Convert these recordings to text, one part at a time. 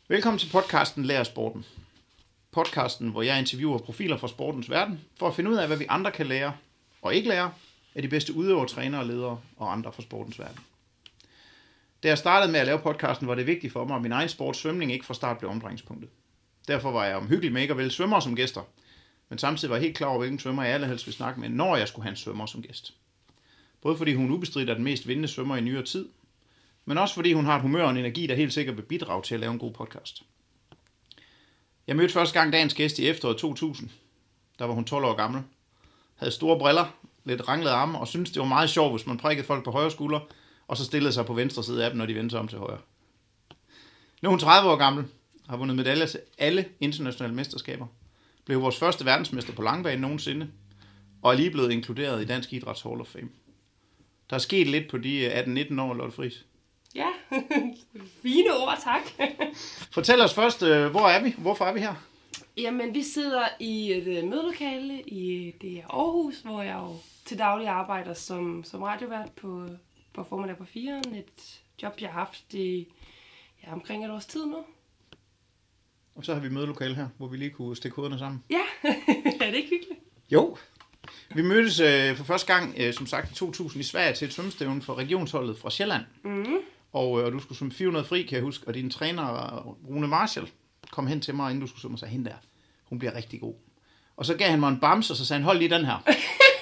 Velkommen til podcasten Lær Sporten. Podcasten, hvor jeg interviewer profiler fra sportens verden, for at finde ud af, hvad vi andre kan lære og ikke lære af de bedste udøvere, trænere, ledere og andre fra sportens verden. Da jeg startede med at lave podcasten, var det vigtigt for mig, at min egen sport, svømning, ikke fra start blev omdrejningspunktet. Derfor var jeg omhyggelig med ikke at vælge svømmere som gæster, men samtidig var jeg helt klar over, hvilken svømmer jeg allerhelst ville snakke med, når jeg skulle have en svømmer som gæst. Både fordi hun ubestridt er den mest vindende svømmer i nyere tid, men også fordi hun har et humør og en energi, der helt sikkert vil bidrage til at lave en god podcast. Jeg mødte første gang dagens gæst i efteråret 2000. Der var hun 12 år gammel. Havde store briller, lidt ranglede arme og syntes, det var meget sjovt, hvis man prikkede folk på højre skulder, og så stillede sig på venstre side af dem, når de vendte sig om til højre. Nu er hun 30 år gammel, har vundet medaljer til alle internationale mesterskaber, blev vores første verdensmester på langbane nogensinde, og er lige blevet inkluderet i Dansk Idræts Hall of Fame. Der er sket lidt på de 18-19 år, Lotte Friis. Ja, fine ord, tak. Fortæl os først, hvor er vi? Hvorfor er vi her? Jamen, vi sidder i et mødelokale i det Aarhus, hvor jeg jo til daglig arbejder som radiovært på formiddag på 4'eren. Et job, jeg har haft i omkring et års tid nu. Og så har vi mødelokale her, hvor vi lige kunne stikke hovederne sammen. Ja, er det ikke hyggeligt? Jo. Vi mødtes for første gang, som sagt, i 2000 i Sverige til et svømmestævne for regionsholdet fra Sjælland. Mm. Og du skulle svømme 400 fri, kan jeg huske, og din træner, Rune Marshall, kom hen til mig, inden du skulle svømme, og sagde, hende der, hun bliver rigtig god. Og så gav han mig en bamse, og så sagde han, hold lige den her.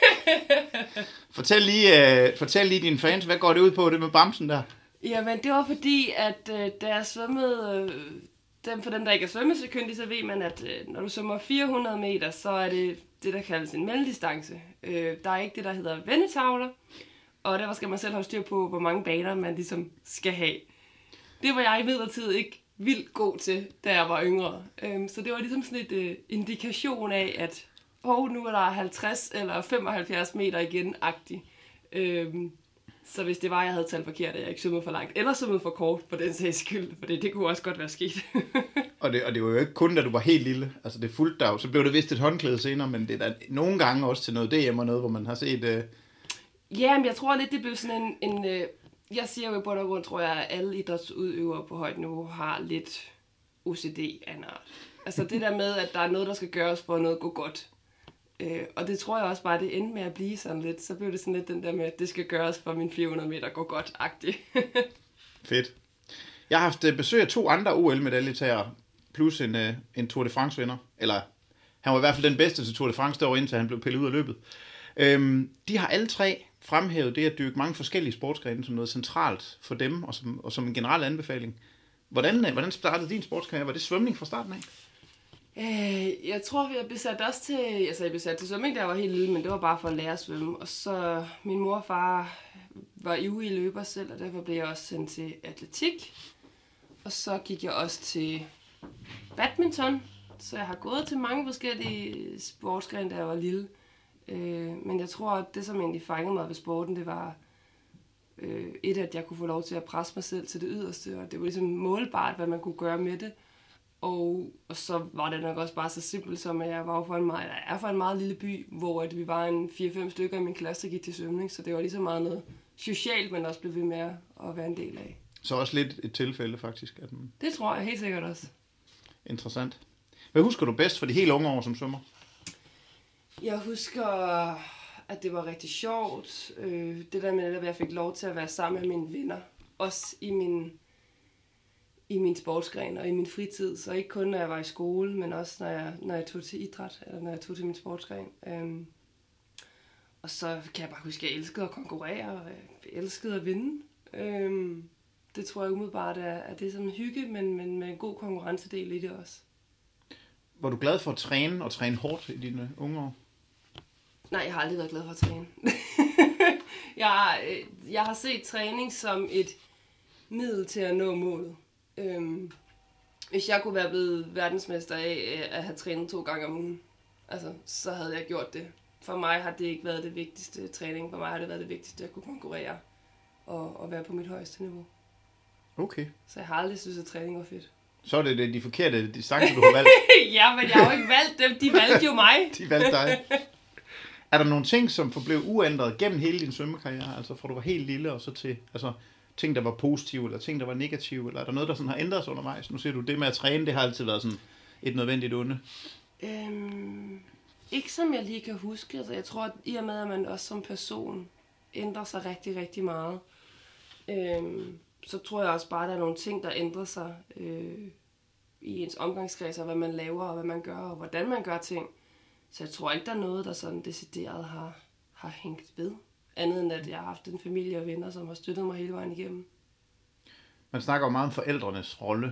Fortæl lige dine fans, hvad går det ud på, det med bamsen der? Jamen, det var fordi, at da jeg svømmede, for dem, der ikke er svømmesekyndige, så ved man, at når du svømmer 400 meter, så er det der kaldes en mellemdistance. Der er ikke det, der hedder vendetavler, og derfor skal man selv have styr på, hvor mange baner man ligesom skal have. Det var jeg imidlertid ikke vildt god til, da jeg var yngre. Så det var ligesom sådan et indikation af, at nu er der 50 eller 75 meter igen-agtigt. Så hvis det var, jeg havde talt forkert, at jeg ikke svømmede for langt, eller svømmede for kort, på den sags skyld, for det kunne også godt være sket. og det var jo ikke kun, da du var helt lille. Altså det fulgte dig, så blev det vist et håndklæde senere, men det er da nogle gange også til noget DM og noget, hvor man har set... Ja, men jeg tror lidt, det blev sådan en jeg siger jo i bund og grund, tror jeg, at alle idrætsudøvere på højt niveau har lidt OCD af en art. Altså det der med, at der er noget, der skal gøres for at noget går godt. Og det tror jeg også bare, det endte med at blive sådan lidt. Så blev det sådan lidt den der med, at det skal gøres for min 400 meter går godt-agtigt. Fedt. Jeg har haft besøg af 2 andre OL-medaljetager, plus en Tour de France-vinder. Eller han var i hvert fald den bedste til Tour de France derovre, indtil han blev pillet ud af løbet. De har alle 3 fremhævet det at dyrke mange forskellige sportsgrene som noget centralt for dem, og som en generel anbefaling. Hvordan startede din sportskarriere? Var det svømning fra starten af? Jeg tror, jeg blev sat også til... Altså, jeg blev sat til svømning, da jeg var helt lille, men det var bare for at lære at svømme. Og så min mor og far var ivrige løber selv, og derfor blev jeg også sendt til atletik. Og så gik jeg også til badminton. Så jeg har gået til mange forskellige sportsgrene, da jeg var lille. Men jeg tror, at det, som egentlig fangede mig ved sporten, det var at jeg kunne få lov til at presse mig selv til det yderste. Og det var ligesom målbart, hvad man kunne gøre med det. Og så var det nok også bare så simpelt som, at jeg er fra en meget lille by, hvor at vi var en 4-5 stykker i min klasse, der gik til svømning. Så det var lige så meget noget socialt, men også blev ved med at være en del af. Så også lidt et tilfælde faktisk? Det tror jeg helt sikkert også. Interessant. Hvad husker du bedst for de helt unge år som svømmer? Jeg husker, at det var rigtig sjovt. Det der med, at jeg fik lov til at være sammen med mine venner. Også i min sportsgren og i min fritid. Så ikke kun, når jeg var i skole, men også, når jeg tog til idræt, eller når jeg tog til min sportsgren. Og så kan jeg bare huske, at jeg elskede at konkurrere, og jeg elskede at vinde. Det tror jeg umiddelbart er det som en hygge, men med en god konkurrencedel i det også. Var du glad for at træne og træne hårdt i dine unge år? Nej, jeg har aldrig været glad for at træne. Jeg har set træning som et middel til at nå målet. Hvis jeg kunne være blevet verdensmester af at have trænet 2 gange om ugen, så havde jeg gjort det. For mig har det ikke været det vigtigste træning. For mig har det været det vigtigste at kunne konkurrere og være på mit højeste niveau. Okay. Så jeg har aldrig synes, at træning var fedt. Så er det de forkerte distancer, du har valgt. Ja, men jeg har jo ikke valgt dem. De valgte jo mig. De valgte dig. Er der nogle ting, som forblev uændret gennem hele din svømmekarriere? Altså fra du var helt lille og så til... Altså, ting, der var positive, eller ting, der var negative, eller er der noget, der sådan har ændret sig undervejs? Nu siger du, det med at træne, det har altid været sådan et nødvendigt onde. Ikke som jeg lige kan huske. Altså, jeg tror, at i og med, at man også som person ændrer sig rigtig, rigtig meget, så tror jeg også bare, at der er nogle ting, der ændrer sig i ens omgangskreds, og hvad man laver, og hvad man gør, og hvordan man gør ting. Så jeg tror ikke, der er noget, der sådan decideret har hængt ved. Andet end, at jeg har haft en familie og venner, som har støttet mig hele vejen igennem. Man snakker jo meget om forældrenes rolle.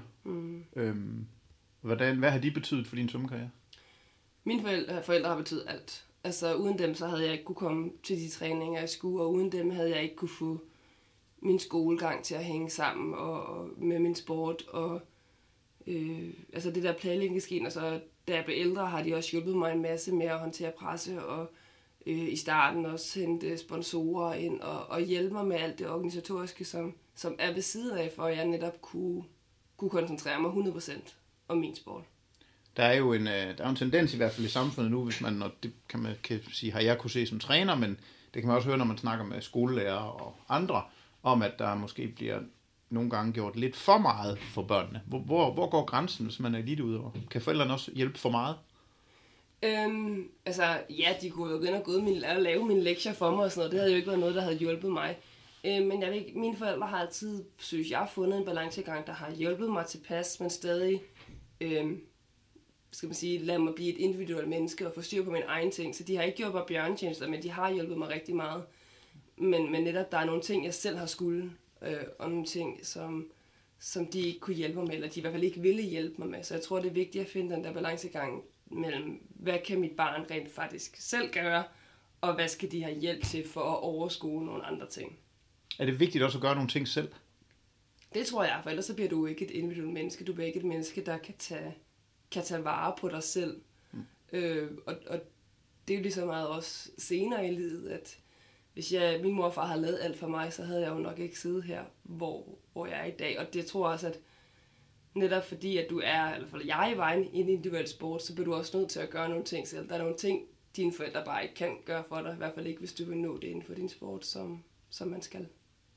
Hvad har de betydet for din svømmekarriere? Mine forældre har betydet alt. Altså uden dem, så havde jeg ikke kunne komme til de træninger, jeg skulle, og uden dem havde jeg ikke kunne få min skolegang til at hænge sammen og med min sport. Og altså det der planlægningsgen, og så da jeg blev ældre, har de også hjulpet mig en masse med at håndtere presse, og i starten også hente sponsorer ind og hjælpe mig med alt det organisatoriske, som er ved siden af, for at jeg netop kunne koncentrere mig 100% om min sport. Der er jo en tendens i hvert fald i samfundet nu, hvis man, og det kan man sige, har jeg kunne se som træner, men det kan man også høre, når man snakker med skolelærere og andre, om at der måske bliver nogle gange gjort lidt for meget for børnene. Hvor går grænsen, hvis man er eliteudøver? Kan forældrene også hjælpe for meget? Altså, ja, de kunne jo gå ind og lave mine lektier for mig og sådan noget. Det havde jo ikke været noget, der havde hjulpet mig. Men jeg ved ikke, mine forældre har altid, synes jeg, fundet en balancegang, der har hjulpet mig tilpas, men stadig, skal man sige, lad mig blive et individuelt menneske og få styr på mine egne ting. Så de har ikke gjort mig bjørnetjenester, men de har hjulpet mig rigtig meget. Men netop, der er nogle ting, jeg selv har skulle, og nogle ting, som de ikke kunne hjælpe mig med, eller de i hvert fald ikke ville hjælpe mig med. Så jeg tror, det er vigtigt at finde den der balancegang mellem, hvad kan mit barn rent faktisk selv gøre, og hvad skal de have hjælp til for at overskue nogle andre ting. Er det vigtigt også at gøre nogle ting selv? Det tror jeg, for ellers så bliver du ikke et individuelt menneske. Du bliver ikke et menneske, der kan tage vare på dig selv. Og det er jo lige så meget også senere i livet, at hvis min mor og far havde lavet alt for mig, så havde jeg jo nok ikke siddet her, hvor jeg er i dag. Og det tror jeg også, at netop fordi, at du er, i hvert fald jeg i vejen i en individuel sport, så bliver du også nødt til at gøre nogle ting selv. Der er nogle ting, dine forældre bare ikke kan gøre for dig, i hvert fald ikke, hvis du vil nå det inden for din sport, som man skal.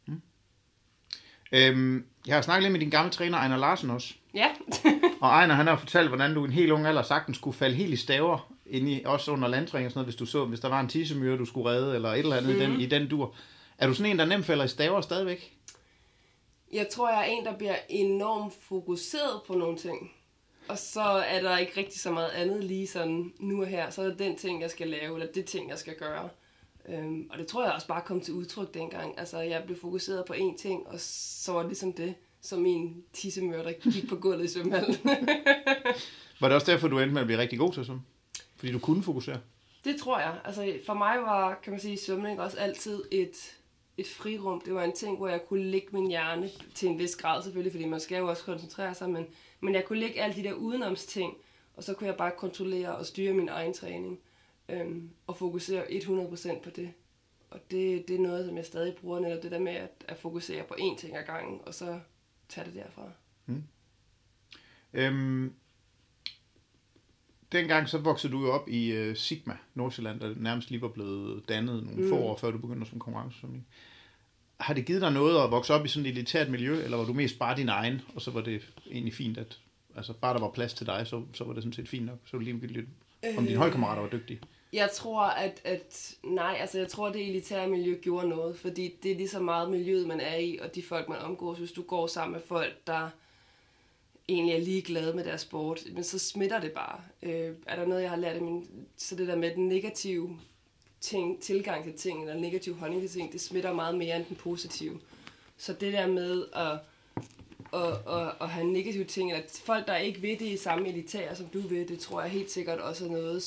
Jeg har snakket lidt med din gamle træner, Ejner Larsen også. Ja. Og Ejner, han har fortalt, hvordan du i en helt ung alder sagtens skulle falde helt i staver, også under landtræning og sådan noget, hvis der var en tissemyre, du skulle redde, eller et eller andet i den dur. Er du sådan en, der nemt falder i staver stadigvæk? Jeg tror, jeg er en, der bliver enormt fokuseret på nogle ting. Og så er der ikke rigtig så meget andet lige sådan nu og her. Så er det den ting, jeg skal lave, eller det ting, jeg skal gøre. Og det tror jeg også bare kom til udtryk dengang. Altså, jeg blev fokuseret på én ting, og så var det ligesom det, som min tissemør, der gik på gulvet i svømmehallen. Var det også derfor, du endte med at blive rigtig god til svømme? Fordi du kunne fokusere? Det tror jeg. Altså, for mig var, kan man sige, svømning også altid et frirum. Det var en ting, hvor jeg kunne lægge min hjerne til en vis grad selvfølgelig, fordi man skal jo også koncentrere sig, men jeg kunne lægge alle de der udenomsting, og så kunne jeg bare kontrollere og styre min egen træning. Og fokusere 100% på det. Og det er noget, som jeg stadig bruger, netop det der med at fokusere på én ting ad gangen, og så tage det derfra. Dengang så voksede du jo op i Sigma, Nordsjælland, der nærmest lige var blevet dannet nogle få år, før du begyndte som konkurrencesvømning. Har det givet dig noget at vokse op i sådan et elitært miljø, eller var du mest bare din egen, og så var det egentlig fint, at altså bare der var plads til dig, så var det sådan set fint nok, så var det ligegyldigt, om dine holdkammerater var dygtige? Jeg tror, jeg tror, det elitære miljø gjorde noget, fordi det er lige så meget miljøet, man er i, og de folk, man omgås. Hvis du går sammen med folk, der egentlig er ligeglade med deres sport, men så smitter det bare. Er der noget, jeg har lært af så det der med den negative tilgang til ting, eller negativ holdning til ting, det smitter meget mere end den positive. Så det der med at have negative ting, eller folk, der ikke ved det i samme elitære, som du ved, det tror jeg helt sikkert også er noget,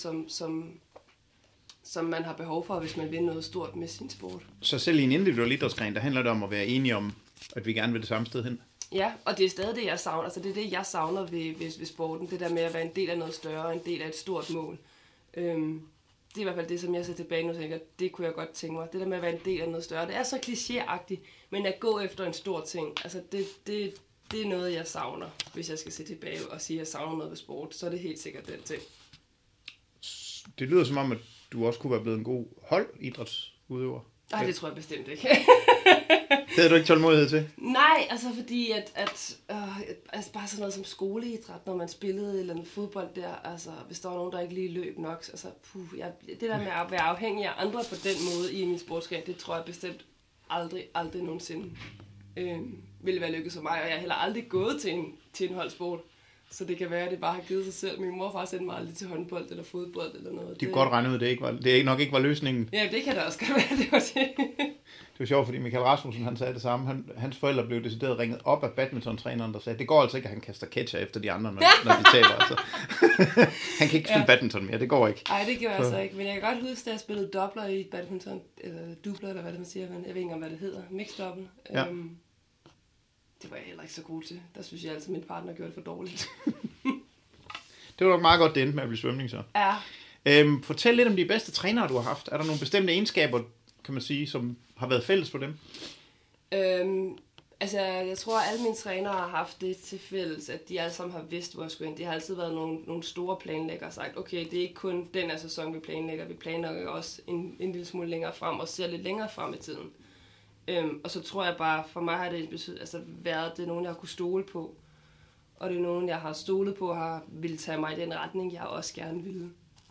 som man har behov for, hvis man vil noget stort med sin sport. Så selv i en individuel idrætsgren, der handler det om at være enige om, at vi gerne vil det samme sted hen? Ja, og det er stadig det, jeg savner. Altså det er det, jeg savner ved sporten. Det der med at være en del af noget større, en del af et stort mål. Det er i hvert fald det, som jeg ser tilbage nu og tænker, det kunne jeg godt tænke mig. Det der med at være en del af noget større, det er så klichéagtigt, men at gå efter en stor ting, altså det er noget, jeg savner. Hvis jeg skal se tilbage og sige, at jeg savner noget ved sport, så er det helt sikkert den ting. Det lyder som om, at du også kunne være blevet en god holdidrætsudøver. Nej, det tror jeg bestemt ikke. Det havde du ikke tålmodighed til? Nej, altså fordi altså bare sådan noget som skoleidræt, når man spillede eller en fodbold der, altså hvis der var nogen, der ikke lige løb nok, altså det der med at være afhængig af andre på den måde i min sportsgren, det tror jeg bestemt aldrig nogensinde ville være lykkedes for mig, og jeg har heller aldrig gået til en holdsport. Så det kan være, at det bare har givet sig selv. Min mor og far sendte mig aldrig til håndbold eller fodbold eller noget. De kunne godt regne ud, det nok ikke var løsningen. Ja, det kan da også godt være, det var det. Det var sjovt, fordi Michael Rasmussen, han sagde det samme. Hans forældre blev decideret ringet op af badmintontræneren, der sagde, det går altså ikke, at han kaster catcher efter de andre, når de taber. Altså. Han kan ikke spille badminton mere, det går ikke. Nej, det gør jeg så ikke. Men jeg kan godt huske, da jeg spillede doubler i badminton, eller dubler, eller hvad det man siger, men jeg ved ikke engang, hvad det hedder. Mixed double. Ja. Det var jeg heller ikke så god til. Der synes jeg altid, at min partner gjorde det for dårligt. Det var nok meget godt, det endte med at blive svømning så. Ja. Fortæl lidt om de bedste trænere, du har haft. Er der nogle bestemte egenskaber, kan man sige, som har været fælles for dem? Altså, jeg tror, at alle mine trænere har haft det til fælles, at de alle sammen har vidst, hvor jeg skulle ind. Det har altid været nogle store planlæggere og sagt, okay, det er ikke kun den her sæson, vi planlægger også en lille smule længere frem og ser lidt længere frem i tiden. Og så tror jeg bare, for mig har det været, det er nogen, jeg har kunne stole på. Og det er nogen, jeg har stolet på, har ville tage mig i den retning, jeg også gerne ville.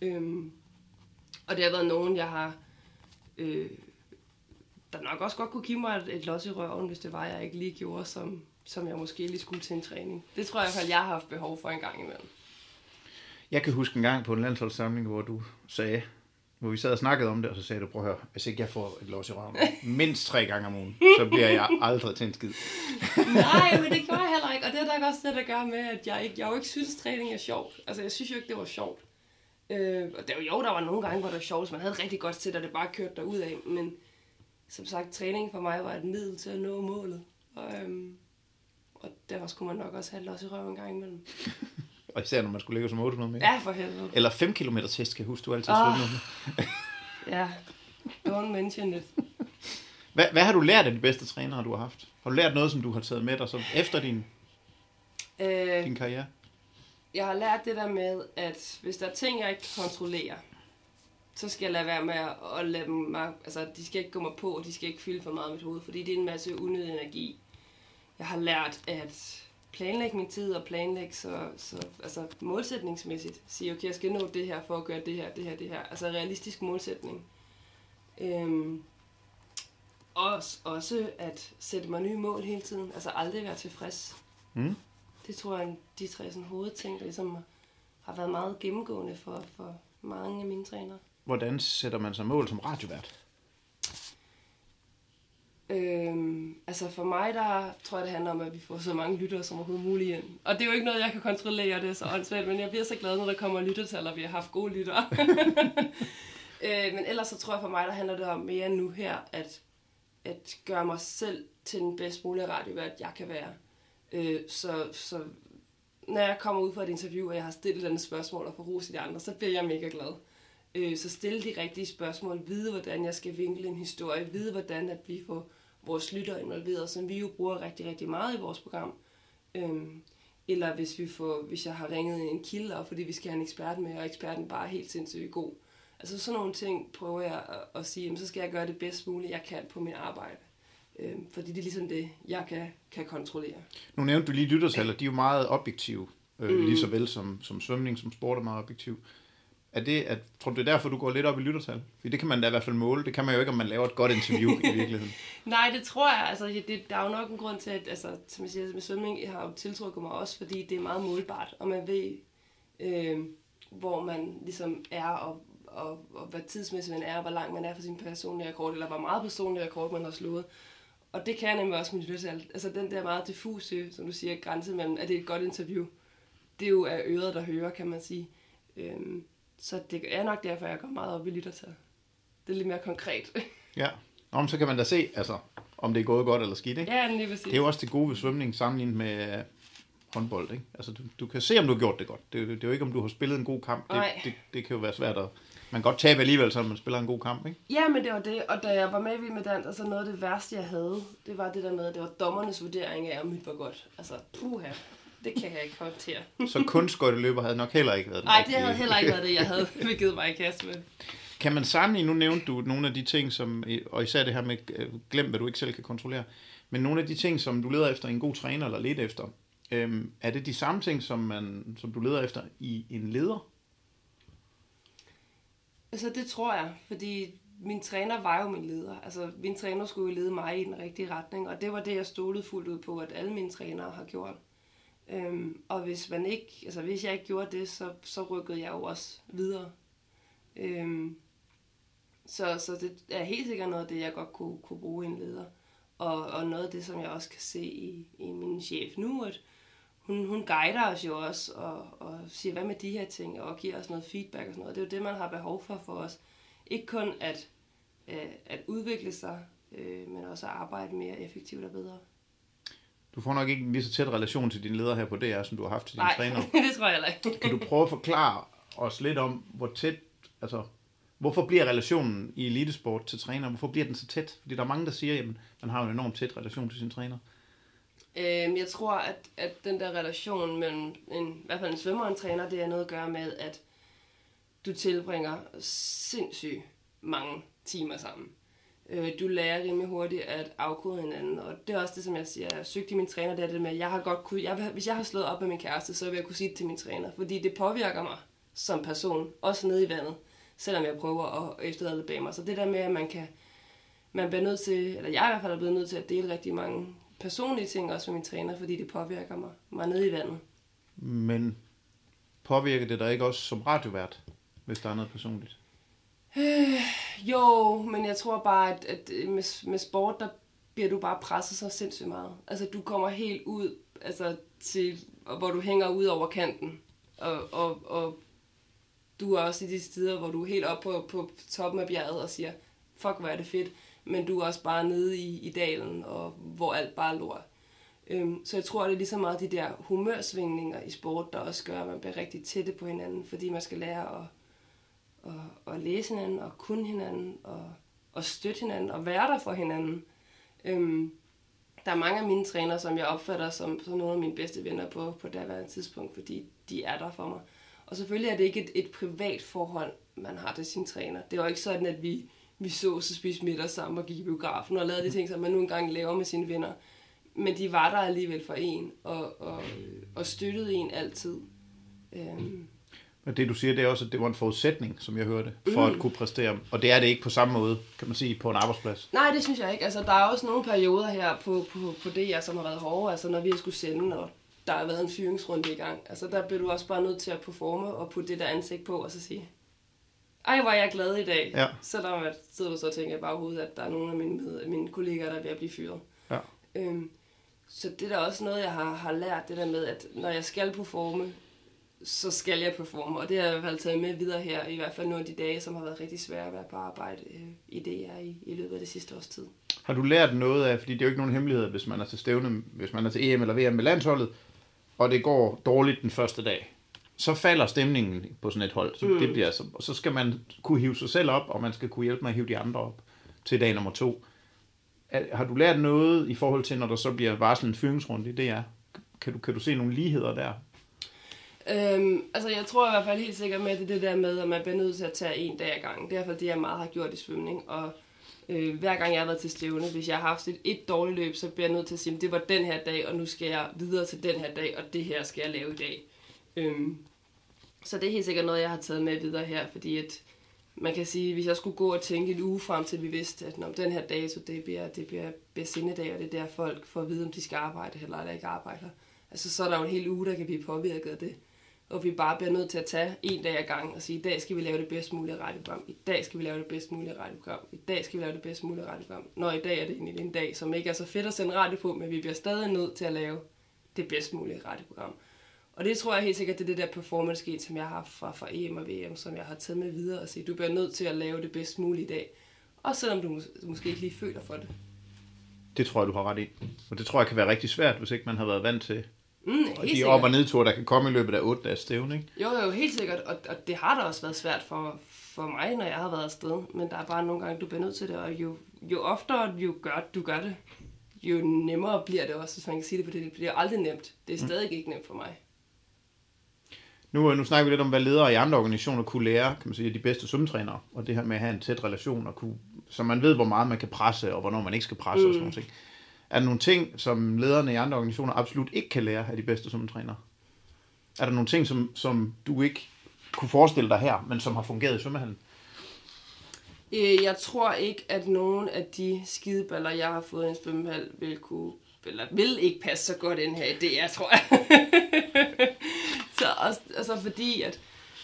Og det har været nogen, jeg har, der nok også godt kunne give mig et los i røven, hvis det var, jeg ikke lige gjorde, som jeg måske lige skulle til en træning. Det tror jeg i hvert fald, jeg har haft behov for en gang imellem. Jeg kan huske en gang på en landsholdssamling, hvor du sagde, hvor vi sad og snakkede om det, og så sagde du, prøv at høre, hvis ikke jeg får et los i røven mindst 3 gange om ugen, så bliver jeg aldrig til en skid. Nej, men det gjorde jeg heller ikke, og det er nok også det, der gør med, at jeg jo ikke synes, træning er sjovt. Altså, jeg synes jo ikke, det var sjovt. Og der var nogle gange, hvor det var sjovt, så man havde rigtig godt til, at det bare kørte derudad, men som sagt, træning for mig var et middel til at nå målet, og derfor skulle man nok også have et los i røven en gang imellem. Og især når man skulle ligge som 800 meter. Ja, for helvede. Eller 5 km hest, kan jeg huske, du altid svømmede. Ja, don't mention it. Hvad har du lært af de bedste trænere, du har haft? Har du lært noget, som du har taget med dig så efter din karriere? Jeg har lært det der med, at hvis der er ting, jeg ikke kan kontrollere, så skal jeg lade være med at lade dem, altså de skal ikke gå mig på, og de skal ikke fylde for meget af mit hoved, fordi det er en masse unødig energi. Jeg har lært at planlægge min tid og planlægge så altså målsætningsmæssigt. Sige, okay, jeg skal nå det her for at gøre det her. Altså realistisk målsætning. Også at sætte mig nye mål hele tiden. Altså aldrig være tilfreds. Det tror jeg er de 3 sådan hovedting, der ligesom har været meget gennemgående for mange af mine trænere. Hvordan sætter man sig mål som radiovært? Altså for mig, der tror jeg, det handler om, at vi får så mange lyttere som overhovedet muligt ind. Og det er jo ikke noget, jeg kan kontrollere, det er så åndssvagt, men jeg bliver så glad, når der kommer lyttertal, og vi har haft gode lyttere. Men ellers så tror jeg for mig, der handler det om mere nu her, at gøre mig selv til den bedst mulige radiovært, jeg kan være. Så når jeg kommer ud fra et interview, og jeg har stillet et andet spørgsmål og får ros i de andre, så bliver jeg mega glad. Så stille de rigtige spørgsmål, vide hvordan jeg skal vinkle en historie, vide hvordan at vi får vores lyttere involveret, som vi jo bruger rigtig, rigtig meget i vores program. Eller hvis jeg har ringet en kilde op, fordi vi skal have en ekspert med, og eksperten bare er helt sindssygt god. Altså sådan nogle ting prøver jeg at sige, jamen, så skal jeg gøre det bedst muligt, jeg kan på mit arbejde. Fordi det er ligesom det, jeg kan kontrollere. Nu nævnte du lige lyttertal, de er jo meget objektive, lige så vel som svømning, som sport er meget objektiv. Tror du, det er derfor, du går lidt op i lyttertal? For det kan man da i hvert fald måle. Det kan man jo ikke, om man laver et godt interview i virkeligheden. Nej, det tror jeg. Altså, der er jo nok en grund til, at som jeg siger, med svømning har jo tiltrukket mig også, fordi det er meget målbart, og man ved, hvor man ligesom er, og hvad tidsmæssigt man er, og hvor langt man er for sin personlige rekord, eller hvor meget personlig rekord man har slået. Og det kan jeg nemlig også med lyttertal. Altså den der meget diffuse, som du siger, grænse mellem, er det et godt interview? Det er jo af øret, der hører, kan man sige. Så det er nok derfor, jeg går meget op i lyttertal. Det er lidt mere konkret. Ja, så kan man da se, altså, om det er gået godt eller skidt, ikke? Ja, lige præcis. Det er jo også det gode ved svømning sammenlignet med håndbold, ikke? Altså, du kan se, om du har gjort det godt. Det er jo ikke, om du har spillet en god kamp. Det kan jo være svært at... Man kan godt tabe alligevel, så man spiller en god kamp, ikke? Ja, men det var det. Og da jeg var med i Vild med Dans, altså noget af det værste, jeg havde, det var det der med, at det var dommernes vurdering af, om mit var godt. Altså, puha. Det kan jeg ikke håndtere. Så kunstskøjteløber havde nok heller ikke været det. Nej, det havde heller ikke været det, jeg havde begivet mig i kast med. Kan man sammenligne, nu nævnte du nogle af de ting, som, og især det her med, glem hvad du ikke selv kan kontrollere, men nogle af de ting, som du leder efter i en god træner, eller leder efter, er det de samme ting, som du leder efter i en leder? Altså det tror jeg, fordi min træner var jo min leder. Altså min træner skulle jo lede mig i den rigtige retning, og det var det, jeg stolede fuldt ud på, at alle mine trænere har gjort. Og hvis jeg ikke gjorde det, så rykkede jeg jo også videre. Så det er helt sikkert noget af det, jeg godt kunne bruge i en leder. Og noget af det, som jeg også kan se i min chef nu, at hun guider os jo også og siger, hvad med de her ting, og giver os noget feedback og sådan noget. Det er jo det, man har behov for os. Ikke kun at udvikle sig, men også at arbejde mere effektivt og bedre. Du får nok ikke en lige så tæt relation til din leder her på DR, som du har haft til din træner. Nej, det tror jeg heller ikke. Kan du prøve at forklare os lidt om, hvor tæt, altså hvorfor bliver relationen i elitesport til træner, hvorfor bliver den så tæt? Fordi der er mange, der siger, at man har en enormt tæt relation til sin træner. Jeg tror, at den der relation mellem i hvert fald en svømmer og en træner, det er noget at gøre med, at du tilbringer sindssygt mange timer sammen. Du lærer rimelig hurtigt at afkode hinanden, og det er også det, som jeg siger, jeg søgte i min træner, det er det med, hvis jeg har slået op med min kæreste, så vil jeg kunne sige det til min træner, fordi det påvirker mig som person, også nede i vandet, selvom jeg prøver at efterlade det bag mig. Så det der med, at man bliver nødt til, eller jeg i hvert fald er blevet nødt til at dele rigtig mange personlige ting også med min træner, fordi det påvirker mig nede i vandet. Men påvirker det dig ikke også som radiovært, hvis der er noget personligt? Jo, men jeg tror bare, at med sport, der bliver du bare presset så sindssygt meget. Altså, du kommer helt ud, altså, til, hvor du hænger ud over kanten. Og du er også i de steder, hvor du er helt oppe på toppen af bjerget og siger, fuck, hvor er det fedt. Men du er også bare nede i dalen, og hvor alt bare er lort. Så jeg tror, det er lige så meget de der humørsvingninger i sport, der også gør, at man bliver rigtig tætte på hinanden, fordi man skal lære at læse hinanden, og kunne hinanden, og støtte hinanden, og være der for hinanden. Der er mange af mine trænere, som jeg opfatter som nogle af mine bedste venner på daværende tidspunkt, fordi de er der for mig. Og selvfølgelig er det ikke et privat forhold, man har til sin træner. Det er jo ikke sådan, at vi så spiste middag sammen og gik i biografen og lavede de ting, som man nu engang laver med sine venner. Men de var der alligevel for en, og støttede en altid. Men det du siger, det er også, at det var en forudsætning, som jeg hørte, for at kunne præstere. Og det er det ikke på samme måde, kan man sige, på en arbejdsplads. Nej, det synes jeg ikke. Altså, der er også nogle perioder her på DR, som har været hårde. Altså, når vi har skulle sende, og der har været en fyringsrunde i gang. Altså, der bliver du også bare nødt til at performe og putte det der ansigt på, og så sige, ej, hvor er jeg glad i dag. Ja. Så der sidder du så og tænker i baghovedet, at der er nogle af mine kollegaer, der er ved at blive fyret. Ja. Så det er da også noget, jeg har lært, det der med, at når jeg skal performe, så skal jeg performe, og det har jeg i hvert fald taget med videre her, i hvert fald nogle af de dage, som har været rigtig svære at være på arbejde i DR i løbet af det sidste års tid. Har du lært noget af, fordi det er jo ikke nogen hemmelighed, hvis man er til stævne, hvis man er til EM eller VM med landsholdet, og det går dårligt den første dag, så falder stemningen på sådan et hold. Så det bliver så skal man kunne hive sig selv op, og man skal kunne hjælpe med at hive de andre op til dag nummer 2. Har du lært noget i forhold til, når der så bliver varslet en fyringsrunde i DR? Kan du se nogle ligheder der? Altså jeg tror i hvert fald helt sikkert med det der med, at man bliver nødt til at tage en dag ad gangen. Det er i hvert fald det, jeg meget har gjort i svømning. Og hver gang jeg har været til stævne, hvis jeg har haft et dårligt løb, så bliver jeg nødt til at sige, at det var den her dag, og nu skal jeg videre til den her dag, og det her skal jeg lave i dag. Så det er helt sikkert noget, jeg har taget med videre her, fordi at man kan sige, hvis jeg skulle gå og tænke en uge frem til, vi vidste, at når den her dato, det bliver sindedag, og det er der folk får at vide, om de skal arbejde eller ikke arbejder. Altså så er der jo en hel uge, der kan blive påvirket af det. Og vi bare bliver nødt til at tage en dag ad gangen og sige, i dag skal vi lave det bedst mulige radioprogram. I dag skal vi lave det bedst mulige radioprogram. I dag skal vi lave det bedst mulige radioprogram. Når i dag er det egentlig en dag, som ikke er så fedt at sende radio på, men vi bliver stadig nødt til at lave det bedst mulige radioprogram. Og det tror jeg helt sikkert, det er det der performance-gen, som jeg har fra EM og VM, som jeg har taget med videre og sige, du bliver nødt til at lave det bedst mulige i dag. Også selvom du måske ikke lige føler for det. Det tror jeg, du har ret i. Og det tror jeg kan være rigtig svært, hvis ikke man har været vant til og de sikkert. Op- og nedture, der kan komme i løbet af 8 dages stævne, ikke? Jo, helt sikkert. Og det har da også været svært for mig, når jeg har været afsted. Men der er bare nogle gange, du bliver nødt til det. Og jo oftere du gør det, jo nemmere bliver det også, hvis man kan sige det på det. Det bliver aldrig nemt. Det er stadig ikke nemt for mig. Nu snakker vi lidt om, hvad ledere i andre organisationer kunne lære, kan man sige, de bedste svømmetrænere, og det her med at have en tæt relation, og så man ved, hvor meget man kan presse, og hvornår man ikke skal presse, og sådan nogle ting. Er der nogle ting, som lederne i andre organisationer absolut ikke kan lære af de bedste svømmetrænere? Er der nogle ting, som du ikke kunne forestille dig her, men som har fungeret i svømmehallen? Jeg tror ikke, at nogen af de skideballer, jeg har fået i en svømmehal, vil ikke passe så godt ind her i DR, tror jeg. så fordi, at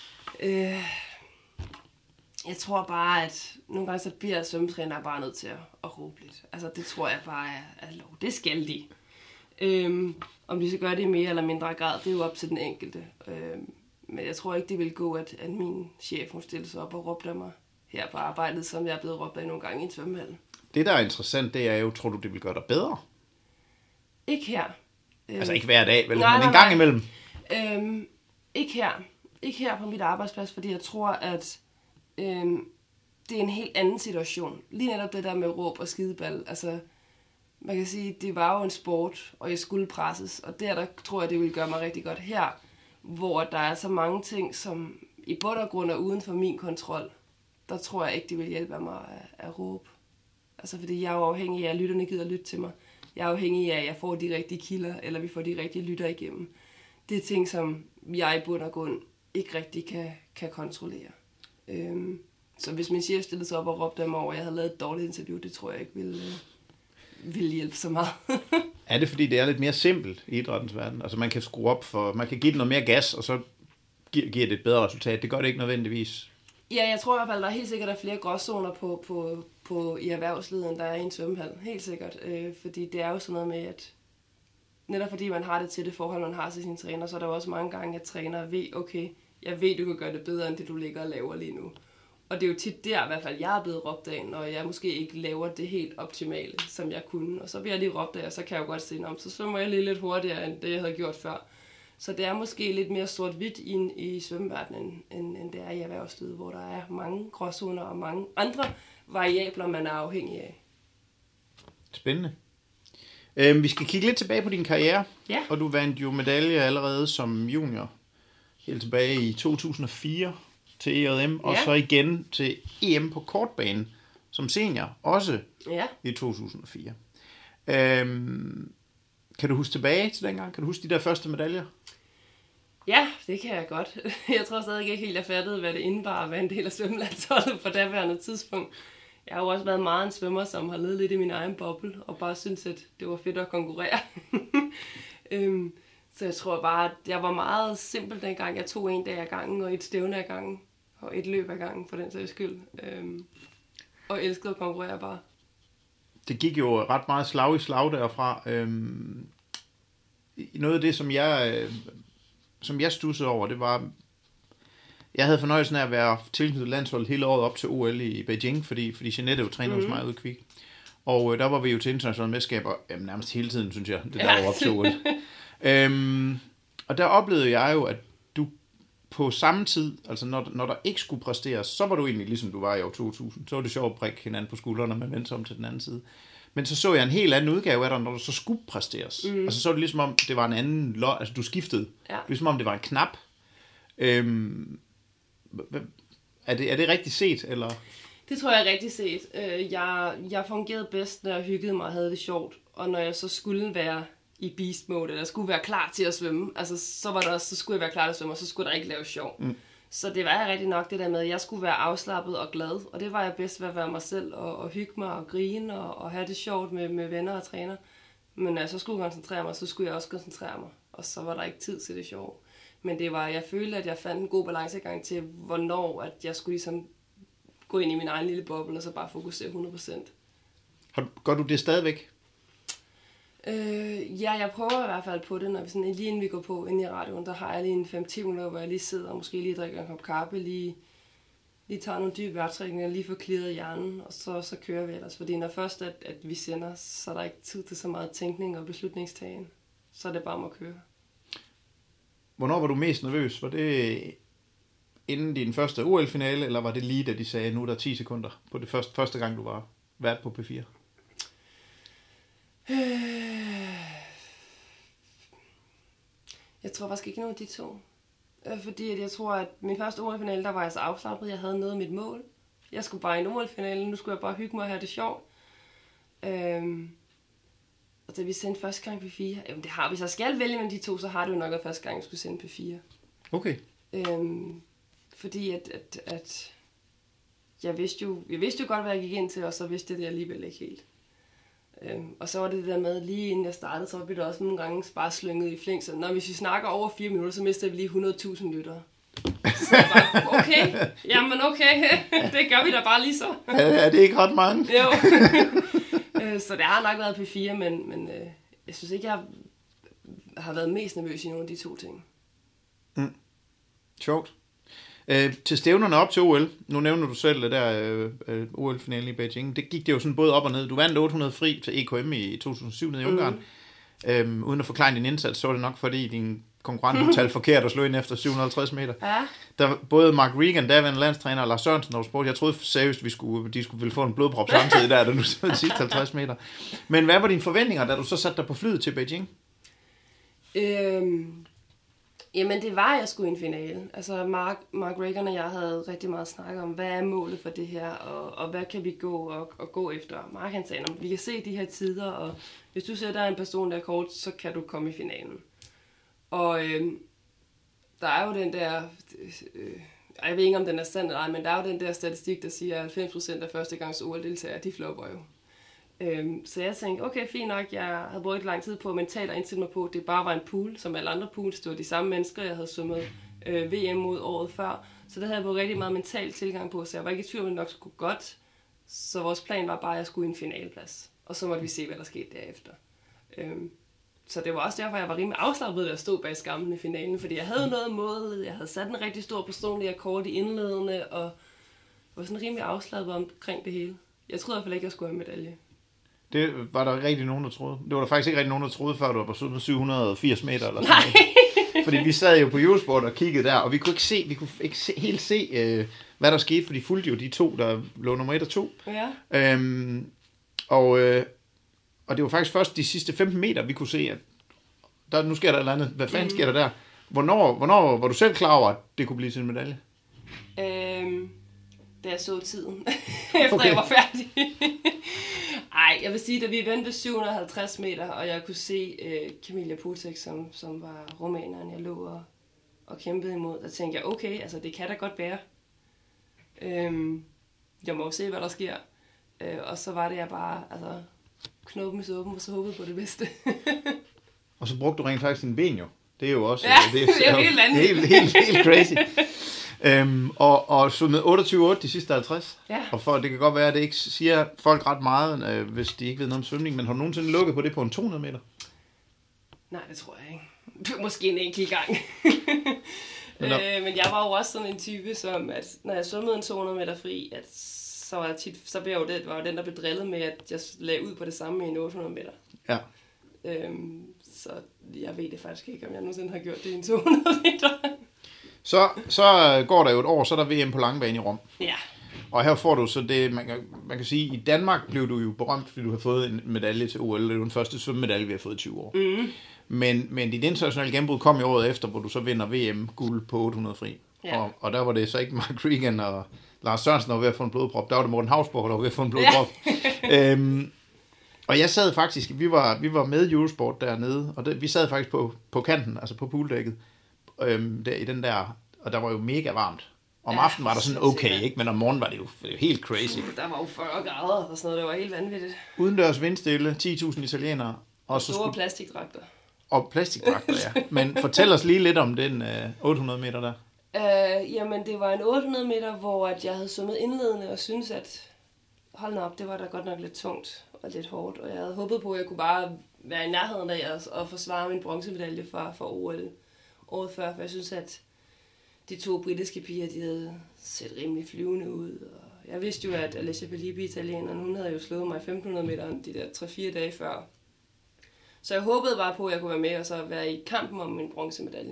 jeg tror bare, at nogle gange så bliver svømmetrænere bare nødt til at råbe lidt. Altså det tror jeg bare er lov. Det skal de. Om de så gør det i mere eller mindre grad, det er jo op til den enkelte. Men jeg tror ikke, det vil gå, at min chef hun stiller sig op og råber mig her på arbejdet, som jeg er blevet råbt af nogle gange i en svømmehal. Det, der er interessant, det er jo, tror du, det vil gøre dig bedre? Ikke her. Altså ikke hver dag, vel? Nej, men en gang imellem? Ikke her. Ikke her på mit arbejdsplads, fordi jeg tror, at det er en helt anden situation. Lige netop det der med råb og skideball. Altså, man kan sige, det var jo en sport, og jeg skulle presses. Og der tror jeg, det ville gøre mig rigtig godt her, hvor der er så mange ting, som i bund og grund er uden for min kontrol. Der tror jeg ikke, det vil hjælpe mig at råbe. Altså, fordi jeg er jo afhængig af, at lytterne gider lytte til mig. Jeg er afhængig af, at jeg får de rigtige kilder, eller vi får de rigtige lytter igennem. Det er ting, som jeg i bund og grund ikke rigtig kan kontrollere. Så hvis min chef stillede sig op og råbte dem over, at jeg havde lavet et dårligt interview, det tror jeg ikke ville hjælpe så meget. Er det, fordi det er lidt mere simpelt i idrættens verden? Altså man kan skrue op man kan give det noget mere gas, og så giver det et bedre resultat. Det gør det ikke nødvendigvis. Ja, jeg tror i hvert fald, der er helt sikkert er flere gråzoner i erhvervslivet, end der er i en svømmehal. Helt sikkert. Fordi det er jo sådan noget med, at netop fordi man har det til det forhold, man har til sine træner, så er der jo også mange gange, at trænere ved, okay, jeg ved, du kan gøre det bedre, end det du ligger og laver lige nu. Og det er jo tit der, i hvert fald, jeg er blevet råbt af, når jeg måske ikke laver det helt optimale, som jeg kunne. Og så bliver jeg lige råbt af, og så kan jeg jo godt se, så svømmer jeg lige lidt hurtigere, end det jeg havde gjort før. Så det er måske lidt mere sort-hvidt i svømmeverdenen, end det er i erhvervslivet, hvor der er mange gråzoner og mange andre variabler, man er afhængig af. Spændende. Vi skal kigge lidt tilbage på din karriere, ja. Og du vandt jo medalje allerede som junior, helt tilbage i 2004 til EM, og så igen til EM på kortbane som senior, også i 2004. Kan du huske tilbage til dengang? Kan du huske de der første medaljer? Ja, det kan jeg godt. Jeg tror stadig ikke helt, jeg fattede, hvad det indebar at være en del af svømmelandsholdet på daværende tidspunkt. Jeg har jo også været meget en svømmer, som har levet lidt i min egen boble, og bare syntes, at det var fedt at konkurrere. Så jeg tror bare, at jeg var meget simpel dengang. Jeg tog en dag ad gangen, og et stævne ad gangen, og et løb ad gangen, for den sags skyld. Og elskede at konkurrere bare. Det gik jo ret meget slag i slag derfra. Noget af det, som jeg studsede over, det var, jeg havde fornøjelsen af at være tilknyttet landsholdet hele året op til OL i Beijing, fordi Jeanette jo træner hos mig ude i Kvik. Og der var vi jo til internationale mesterskaber nærmest hele tiden, synes jeg, det der var op til OL. Og der oplevede jeg jo, at du på samme tid, altså når der ikke skulle præsteres, så var du egentlig ligesom du var i år 2000. Så var det sjovt at prikke hinanden på skuldrene, når man vendte om til den anden side. Men så jeg en helt anden udgave af dig, når du så skulle præsteres. Altså så var det ligesom om, det var en anden altså du skiftede. Ja. Ligesom om det var en knap. Er det rigtigt set, eller? Det tror jeg er rigtigt set. Jeg fungerede bedst, når jeg hyggede mig og havde det sjovt. Og når jeg så skulle være i beast mode, eller skulle være klar til at svømme, altså så skulle jeg være klar til at svømme, og så skulle der ikke laves sjov. Så det var rigtig nok det der med, at jeg skulle være afslappet og glad, og det var jeg bedst ved at være mig selv, og hygge mig og grine, og have det sjovt med venner og træner. Men når jeg så skulle koncentrere mig, så skulle jeg også koncentrere mig, og så var der ikke tid til det sjove. Men jeg følte, at jeg fandt en god balancegang til, hvornår at jeg skulle ligesom gå ind i min egen lille boble, og så bare fokusere 100%. Gør du det stadigvæk? Ja, jeg prøver i hvert fald på det, når vi sådan, lige inden vi går på ind i radioen, der har jeg lige en 5-10 minutter, hvor jeg lige sidder og måske lige drikker en kop kaffe, lige tager nogle dybe vejrtrækninger, lige får clearet hjernen, og så kører vi ellers. Fordi når først at vi sender, så er der ikke tid til så meget tænkning og beslutningstagen. Så er det bare om at køre. Hvornår var du mest nervøs? Var det inden din første OL-finale, eller var det lige da de sagde, nu er der 10 sekunder på det første gang, du var vært på P4? Jeg tror faktisk ikke nogen af de to. fordi at jeg tror, at min første OL-finale, der var jeg så afslappet. Jeg havde nået mit mål. Jeg skulle bare i en OL-finale. Nu skulle jeg bare hygge mig og have det sjovt. Og da vi sendte første gang P4, jamen det har, hvis jeg skal vælge mellem de to, så har det jo nok været første gang, jeg skulle sende P4. Okay. Fordi at jeg vidste jo godt, hvad jeg gik ind til, og så vidste jeg det alligevel ikke helt. Og så var det der med, lige inden jeg startede, så blev det også nogle gange bare slynget i flæng. Så hvis vi snakker over 4 minutter, så mister vi lige 100.000 lyttere. Så jeg bare, okay, jamen okay, det gør vi da bare lige så. Er det ikke ret mange? Jo. Så det har nok været P4, men jeg synes ikke, jeg har været mest nervøs i nogle af de to ting. Sjovt. Til stævnerne op til OL, nu nævner du selv det der OL-finalen i Beijing, det gik det jo sådan både op og ned. Du vandt 800 fri til EKM i 2007 nede i Ungarn. Uden at forklare din indsats, så var det nok fordi din konkurrent talte forkert og slog ind efter 750 meter. Ja. Der både Mark Regan, daværende landstræner, og Lars Sørensen, der var spurgt, jeg troede seriøst, de skulle få en blodprop samtidig der nu så de sidste 50 meter. Men hvad var dine forventninger, da du så satte dig på flyet til Beijing? Jamen det var, at jeg skulle i en finale. Altså Mark Regan og jeg havde rigtig meget snak om, hvad er målet for det her, og hvad kan vi gå efter. Mark han sagde, vi kan se de her tider, og hvis du sætter en person der kort, så kan du komme i finalen. Og der er jo den der, jeg ved ikke om den er sand eller ej, men der er jo den der statistik, der siger, at 90% af førstegangs OL-deltagere, de flopper jo. Så jeg tænkte, okay, fint nok, jeg havde brugt lang tid på mentalt at indstille mig på, at det bare var en pool, som alle andre pools. Det var de samme mennesker, jeg havde svømmet VM mod året før. Så det havde jeg brugt rigtig meget mental tilgang på, så jeg var ikke i tvivl, om det nok skulle godt. Så vores plan var bare, at jeg skulle i en finaleplads. Og så måtte vi se, hvad der skete derefter. Så det var også derfor, jeg var rimelig afslappet, da jeg stod bag skammen i finalen. Fordi jeg havde noget mål, jeg havde sat en rigtig stor personlig akkord i indledende, og var sådan rimelig afslappet omkring det hele. Jeg troede i hvert fald ikke, jeg skulle have medalje. Det var der rigtig nogen, der troede. Det var der faktisk ikke rigtig nogen, der troede, før du var på 780 meter eller sådan noget. Fordi vi sad jo på Eurosport og kiggede der, og vi kunne ikke helt se, hvad der skete, for de fulgte jo de to, der lå nummer 1 og 2. Ja. Og det var faktisk først de sidste 15 meter, vi kunne se, at nu sker der et eller andet. Hvad fanden sker der der? Hvornår var du selv klar over, at det kunne blive til en medalje? Da jeg så tiden, efter jeg var færdig. Ej, jeg vil sige, da vi vendte ved 750 meter, og jeg kunne se Camilla Putek, som var rumæneren, jeg lå og kæmpede imod, der tænkte jeg, okay, altså det kan da godt være. Jeg må jo se, hvad der sker. Og så var det, jeg bare knoppen i suppen, og så håbede på det bedste. Og så brugte du rent faktisk din ben jo. Det er jo også... Ja, det er jo helt andet. Helt crazy. Og svømmede 28,8 de sidste 50. Ja. Og for det kan godt være, at det ikke siger folk ret meget, hvis de ikke ved noget om svømning, men har du nogensinde lukket på det på en 200 meter? Nej, det tror jeg ikke. Måske en enkelt gang. Men jeg var jo også sådan en type, som at når jeg svømmede en 200 meter fri, at så var jeg tit, så blev jeg jo den, der blev drillet med, at jeg lagde ud på det samme i en 800 meter. Ja. Så jeg ved det faktisk ikke, om jeg nogensinde har gjort det i en 200 meter. Så går der jo et år, så er der VM på langbane i Rom. Ja. Og her får du så det, man kan sige, i Danmark blev du jo berømt, fordi du har fået en medalje til OL. Det er jo den første svømmemedalje, vi har fået i 20 år. Mm. Men dit internationale gennembrud kom jo året efter, hvor du så vinder VM-guld på 800 fri. Ja. Og der var det så ikke Mark Regan og Lars Sørensen, der var ved at få en blodprop. Der var det Morten Hausborg, der var ved at få en blodprop. Ja. Og jeg sad faktisk, vi var med Eurosport dernede, og vi sad faktisk på kanten, altså på pooldækket, der, i den der, og der var jo mega varmt. Om aftenen var der sådan okay, ikke? Men om morgenen var det jo helt crazy. Der var jo 40 grader og sådan noget, det var helt vanvittigt. Udendørs vindstille, 10.000 italienere. Og store plastikdragter. Og plastikdragter, ja. Men fortæl os lige lidt om den 800 meter der. Jamen, det var en 800 meter, hvor at jeg havde svømmet indledende og syntes, at hold nu op, det var da godt nok lidt tungt og lidt hårdt. Og jeg havde håbet på, at jeg kunne bare være i nærheden af og forsvare min bronzemedalje for OL året før. For jeg synes, at de to britiske piger, de havde set rimelig flyvende ud. Og jeg vidste jo, at Alessia Filippi, italieneren, hun havde jo slået mig 1500 meter de der 3-4 dage før. Så jeg håbede bare på, at jeg kunne være med og så være i kampen om min bronzemedalje.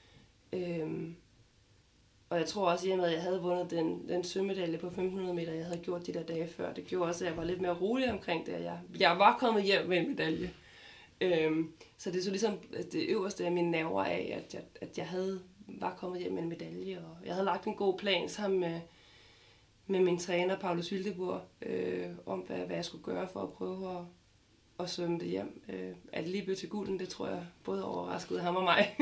Og jeg tror også, at jeg havde vundet den sølvmedalje på 1500 meter, jeg havde gjort de der dage før. Det gjorde også, at jeg var lidt mere rolig omkring det. Jeg var kommet hjem med en medalje. Så det så ligesom det øverste af mine nerver af, at jeg havde var kommet hjem med en medalje. Og jeg havde lagt en god plan sammen med min træner, Paulus Wildeboer, om hvad jeg skulle gøre for at prøve at svømme det hjem. At det lige blev til gulden, det tror jeg både overraskede ham og mig.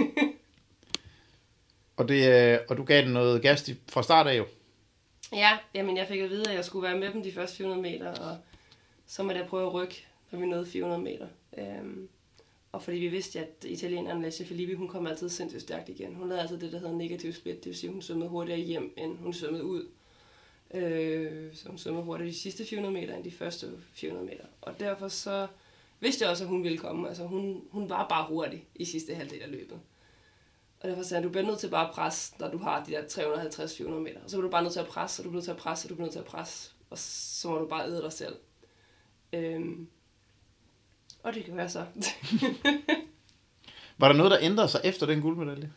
Og du gav den noget gas fra start af jo? Ja, jamen jeg fik at vide, at jeg skulle være med dem de første 400 meter, og så måtte jeg prøve at rykke, når vi nåede 400 meter. Og fordi vi vidste, at italieneren Lasse Filippi, hun kom altid sindssygt stærkt igen. Hun lavede altid det, der hedder negativ split, det vil sige, at hun svømmede hurtigere hjem, end hun svømmede ud. Så hun svømmede hurtigere de sidste 400 meter, end de første 400 meter. Og derfor så vidste jeg også, at hun ville komme. Altså hun var bare hurtig i sidste halvdel af løbet. Og derfor sagde jeg, du bliver nødt til bare at presse, når du har de der 350-400 meter. Og så er du bare nødt til at presse, og du bliver nødt til at presse, og du bliver nødt til at presse. Og så må du bare æde dig selv. Og det gjorde jeg så. Var der noget, der ændrede sig efter den guldmedalje?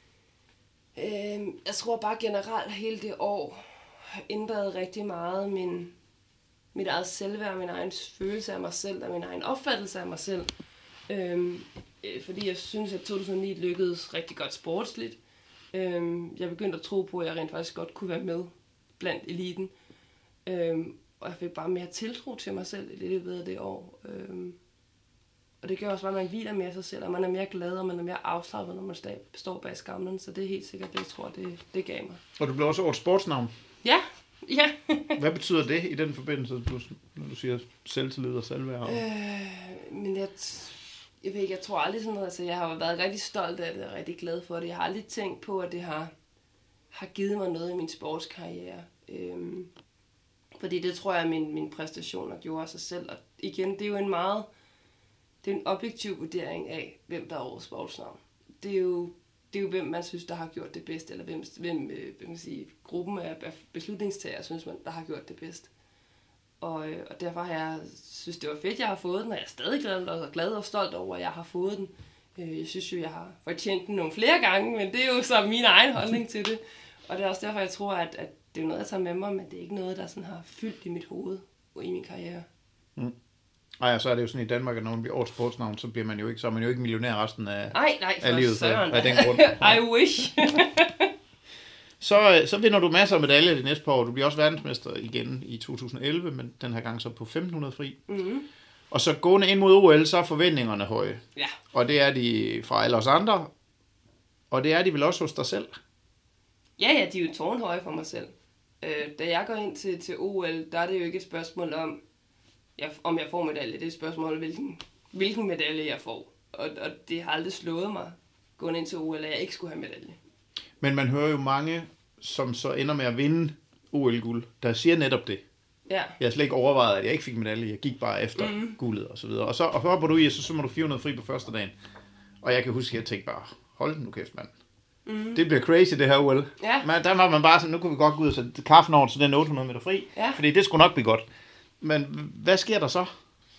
Jeg tror bare generelt, hele det år ændrede rigtig meget mit eget selvværd, min egen følelse af mig selv, og min egen opfattelse af mig selv. Fordi jeg synes, at 2009 lykkedes rigtig godt sportsligt. Jeg begyndte at tro på, at jeg rent faktisk godt kunne være med blandt eliten. Og jeg fik bare mere tiltro til mig selv i det ved det år. Og det gør også bare, at man hviler mere sig selv, og man er mere glad, og man er mere afslappet, når man står bag skamlen. Så det er helt sikkert det, jeg tror, det gav mig. Og du blev også årets sportsnavn? Ja. Hvad betyder det i den forbindelse, når du siger selvtillid og selvværd? Men jeg tror aldrig sådan noget, altså jeg har været rigtig stolt af det og rigtig glad for det. Jeg har aldrig tænkt på, at det har givet mig noget i min sportskarriere. Fordi det tror jeg, at min præstationer gjorde af sig selv. Og igen, det er jo en objektiv vurdering af, hvem der er årets sportsnavn. Det er jo hvem man synes, der har gjort det bedst, eller hvem man sige, gruppen af beslutningstagere synes man, der har gjort det bedst. Og derfor har jeg synes, det var fedt, jeg har fået den, og jeg er stadig glad og stolt over, at jeg har fået den. Jeg synes jo, jeg har fortjent den nogle flere gange, men det er jo så min egen holdning til det. Og det er også derfor, jeg tror, at det er noget, jeg tager med mig, men det er ikke noget, der sådan har fyldt i mit hoved og i min karriere. Ej, så er det jo sådan i Danmark, at når man bliver årets sportsnavn, så bliver man jo ikke millionær resten af livet af den grund. I wish. Så vinder du masser af medaljer de næste par år. Du bliver også verdensmester igen i 2011, men den her gang så på 1500 fri. Mm-hmm. Og så gående ind mod OL, så er forventningerne høje. Ja. Og det er de fra alle os andre. Og det er de vel også hos dig selv? Ja, de er jo tårnhøje for mig selv. Da jeg går ind til OL, der er det jo ikke et spørgsmål om jeg får medalje. Det er et spørgsmål om, hvilken medalje jeg får. Og det har aldrig slået mig, gående ind til OL, at jeg ikke skulle have medalje. Men man hører jo mange, som så ender med at vinde OL-guld, der siger netop det. Ja. Jeg har slet ikke overvejet, at jeg ikke fik medalje. Jeg gik bare efter guldet og så videre. Og så hopper du i, og så må du 400 fri på første dagen. Og jeg kan huske, at jeg tænkte bare, hold den nu kæft, mand. Det bliver crazy, det her OL. Ja. Men der var man bare sådan, nu kunne vi godt gå ud og sætte kaffen over til den 800 meter fri. Ja. Fordi det skulle nok blive godt. Men hvad sker der så?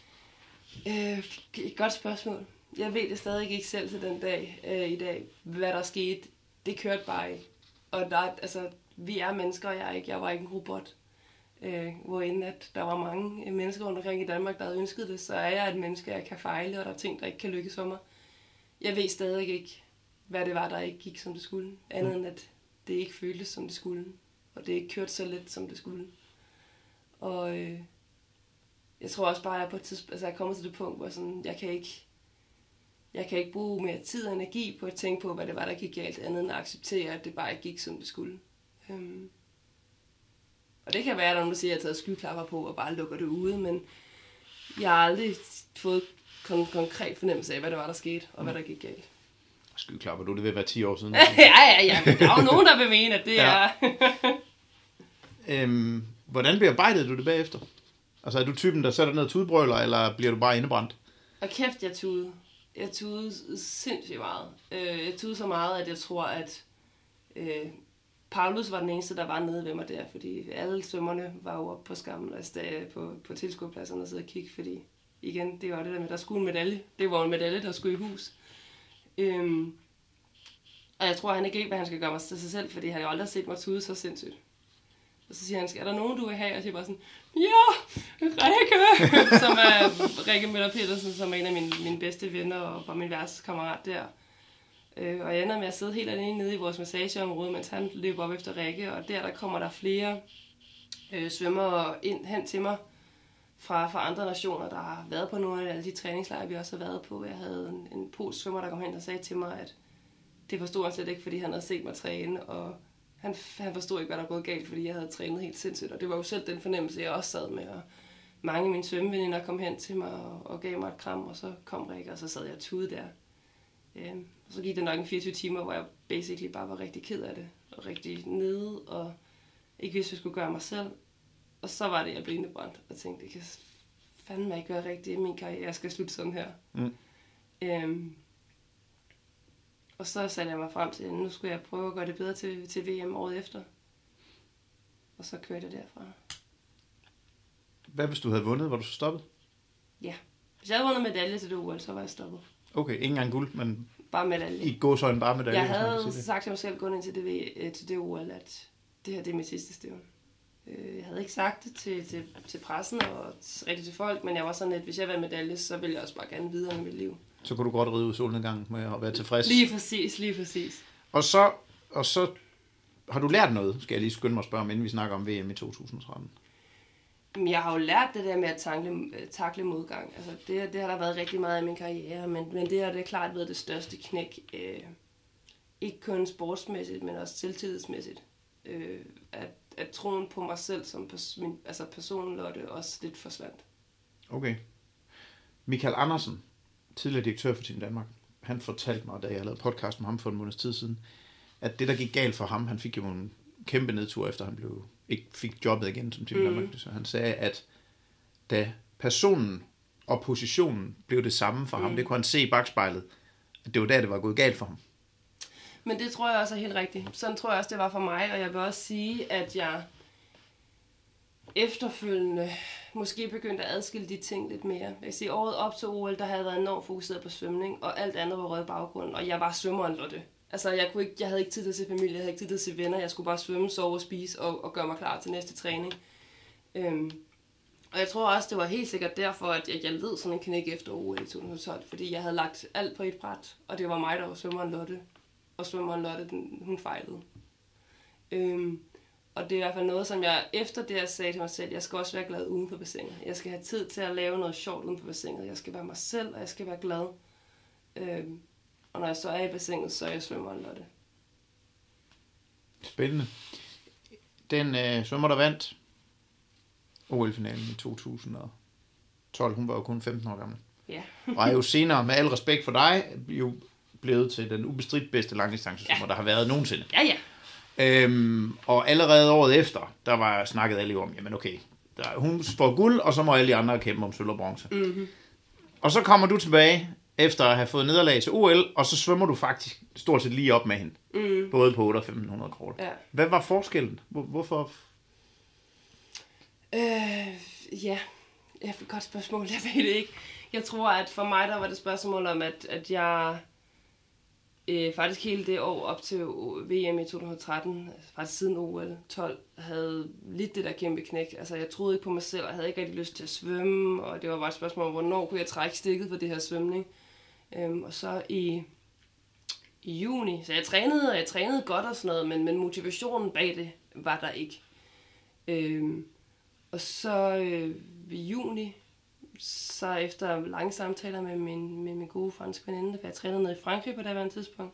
Et godt spørgsmål. Jeg ved det stadig ikke selv til den dag i dag, hvad der skete. Det kørte bare ikke. Og vi er mennesker, og jeg var ikke en robot. Hvorinde at der var mange mennesker rundt omkring i Danmark, der havde ønsket det, så er jeg et menneske, jeg kan fejle, og der er ting, der ikke kan lykkes for mig. Jeg ved stadig ikke, hvad det var, der ikke gik, som det skulle. Andet end, at det ikke føltes, som det skulle. Og det ikke kørte så let, som det skulle. Og jeg tror også bare, at jeg er kommet til det punkt, hvor sådan, jeg kan ikke bruge mere tid og energi på at tænke på, hvad det var, der gik galt, andet end at acceptere, at det bare ikke gik, som det skulle. Og det kan være, at når du siger, at jeg har taget skyklapper på og bare lukker det ude, men jeg har aldrig fået konkret fornemmelse af, hvad det var, der skete, og hvad der gik galt. Skyklapper, det vil være 10 år siden. ja, men der er jo nogen, der vil mene, at det er... Hvordan bearbejdede du det bagefter? Altså, er du typen, der sætter ned og tudbrøler, eller bliver du bare indebrændt? Og kæft, jeg tudede. Jeg tudede sindssygt meget. Jeg tudede så meget, at jeg tror, at Paulus var den eneste, der var nede ved mig der, fordi alle svømmerne var jo oppe på skammen, altså på tilskuerpladserne og sidde og kigge, fordi igen, det var det der med, der skulle en medalje. Det var en medalje, der skulle i hus. Og jeg tror, han ikke ved, hvad han skal gøre mig til sig selv, fordi han jo aldrig set mig tude så sindssygt. Og så siger han, er der nogen, du vil have? Og jeg siger bare sådan, ja, Rikke! Som er Rikke Møller Petersen, som er en af mine bedste venner og var min værelseskammerat der. Og jeg ender med at sidde helt alene nede i vores massageområde, mens han løber op efter Rikke, og der kommer der flere svømmere hen til mig fra andre nationer, der har været på nogle af alle de træningslejre, vi også har været på. Jeg havde en polsk svømmer, der kom hen og sagde til mig, at det forstod han slet ikke, fordi han havde set mig træne, og han forstod ikke, hvad der var gået galt, fordi jeg havde trænet helt sindssygt, og det var jo selv den fornemmelse, jeg også sad med, og mange af mine svømmeveninder kom hen til mig og gav mig et kram, og så kom Rikke, og så sad jeg og tude der. Og så gik det nok en 24 timer, hvor jeg basically bare var rigtig ked af det, og rigtig nede, og ikke vidste, hvad jeg skulle gøre mig selv. Og så var det, jeg blev indebrændt, og tænkte, det kan fandme ikke være rigtigt i min karriere, jeg skal slutte sådan her. Og så satte jeg mig frem til, at nu skulle jeg prøve at gøre det bedre til VM året efter. Og så kørte jeg derfra. Hvad hvis du havde vundet? Var du så stoppet? Ja. Hvis jeg havde vundet medalje til det OL, så var jeg stoppet. Okay, ikke engang guld, men bare medalje. I gåsøjne bare medalje. Jeg havde sagt til mig selv, gå ind til det OL, at det her det er mit sidste stævne. Jeg havde ikke sagt det til pressen og rigtig til folk, men jeg var sådan lidt, hvis jeg var medalje, så ville jeg også bare gerne videre med mit liv. Så kunne du godt ride ud solnedgangen med at være tilfreds. Lige præcis. Og så har du lært noget, skal jeg lige skynde mig at spørge om, inden vi snakker om VM i 2013. Jeg har jo lært det der med at takle modgang. Altså, det har der været rigtig meget i min karriere, men det har klart været det største knæk. Ikke kun sportsmæssigt, men også selvtillidsmæssigt. At troen på mig selv som personen Lotte også lidt forsvandt. Okay. Michael Andersen, tidligere direktør for Team Danmark, han fortalte mig, da jeg lavede podcast med ham for en måneds tid siden, at det, der gik galt for ham, han fik jo en kæmpe nedtur, efter han ikke fik jobbet igen som Team Danmark. Så han sagde, at da personen og positionen blev det samme for ham, det kunne han se i bagspejlet, at det var der, det var gået galt for ham. Men det tror jeg også er helt rigtigt. Sådan tror jeg også, det var for mig, og jeg vil også sige, at jeg efterfølgende måske begyndte at adskille de ting lidt mere. Jeg kan sige, året op til OL, der havde jeg været enormt fokuseret på svømning, og alt andet var rød baggrunden, og jeg var svømmeren Lotte. Altså, jeg havde ikke tid til at se familie, jeg havde ikke tid til at se venner, jeg skulle bare svømme, sove og spise og gøre mig klar til næste træning. Og jeg tror også, det var helt sikkert derfor, at jeg led sådan en knæk efter OL i 2012, fordi jeg havde lagt alt på et bræt, og det var mig, der var svømmeren Lotte. Og svømmeren Lotte, hun fejlede. Og det er i hvert fald noget, som jeg efter det, jeg sagde til mig selv, jeg skal også være glad uden for bassinet. Jeg skal have tid til at lave noget sjovt uden for bassinet. Jeg skal være mig selv, og jeg skal være glad. Og når jeg så er i bassinet, så er jeg svømmeren Lotte. Spændende. Den svømmer, der vandt OL-finalen i 2012, hun var jo kun 15 år gammel. Ja. Og er jo senere, med al respekt for dig, jo blevet til den ubestridt bedste langdistancesvømmer, der har været nogensinde. Ja. Og allerede året efter, der var snakket alle om, jamen okay, hun får guld, og så må alle de andre kæmpe om sølv og bronze. Mm-hmm. Og så kommer du tilbage, efter at have fået nederlag til OL, og så svømmer du faktisk stort set lige op med hende. Mm. Både på 8 og 1500 kroner. Ja. Hvad var forskellen? Hvorfor? Ja, det er et godt spørgsmål, jeg ved det ikke. Jeg tror, at for mig, der var det spørgsmål om, at jeg faktisk hele det år op til VM i 2013, faktisk siden OL 12, havde lidt det der kæmpe knæk. Altså, jeg troede ikke på mig selv, og jeg havde ikke rigtig lyst til at svømme, og det var bare et spørgsmål om, hvornår kunne jeg trække stikket på det her svømning. Og så i juni, så jeg trænede godt og sådan noget, men motivationen bag det var der ikke. Og så i juni, så efter lange samtaler med min gode franske veninde, for jeg trænede nede i Frankrig på det tidspunkt,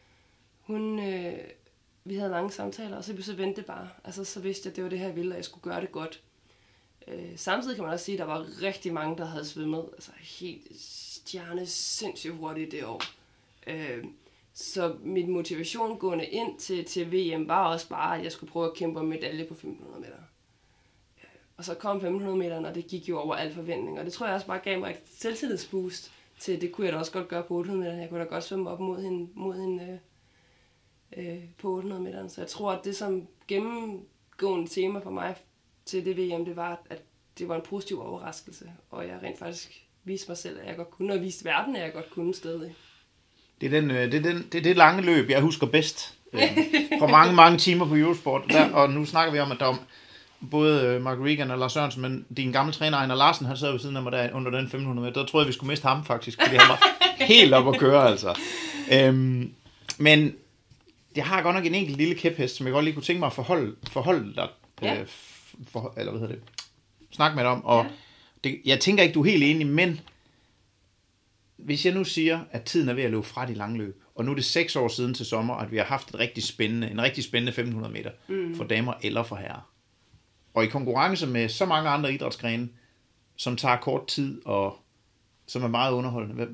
vi havde lange samtaler, og så vendte det bare. Altså, så vidste jeg, at det var det her, jeg ville, og jeg skulle gøre det godt. Samtidig kan man også sige, at der var rigtig mange, der havde svømmet altså helt sindssygt hurtigt det år. Så min motivation gående ind til VM var også bare, at jeg skulle prøve at kæmpe om medalje på 1500 meter. Og så kom 1500 meter, og det gik jo over al forventning. Og det tror jeg også bare gav mig et selvtillidsboost til, det kunne jeg da også godt gøre på 800 meter. Jeg kunne da godt svømme op mod hende på 800 meter. Så jeg tror, at det som gennemgående tema for mig til det VM, det var, at det var en positiv overraskelse. Og jeg rent faktisk viste mig selv, at jeg godt kunne, og viste verden, at jeg godt kunne stadig. Det er det lange løb, jeg husker bedst. For mange timer på Eurosport. Og nu snakker vi om, at der var både Mark Regan og Lars Sørensen, men din gamle træner, Einar Larsen, han sad ved siden af mig der under den 1500 meter. Der troede jeg, vi skulle miste ham faktisk, fordi han var helt op at køre, altså. Men jeg har godt nok en enkelt lille kæphest, som jeg godt lige kunne tænke mig at forholde dig, eller hvad hedder det, snak med dig om, og jeg tænker ikke, du er helt enig, men hvis jeg nu siger, at tiden er ved at løbe fra de lange løb, og nu er det 6 år siden til sommer, at vi har haft en rigtig spændende 1500 meter for damer eller for herrer. Og i konkurrence med så mange andre idrætsgrene, som tager kort tid, og som er meget underholdende.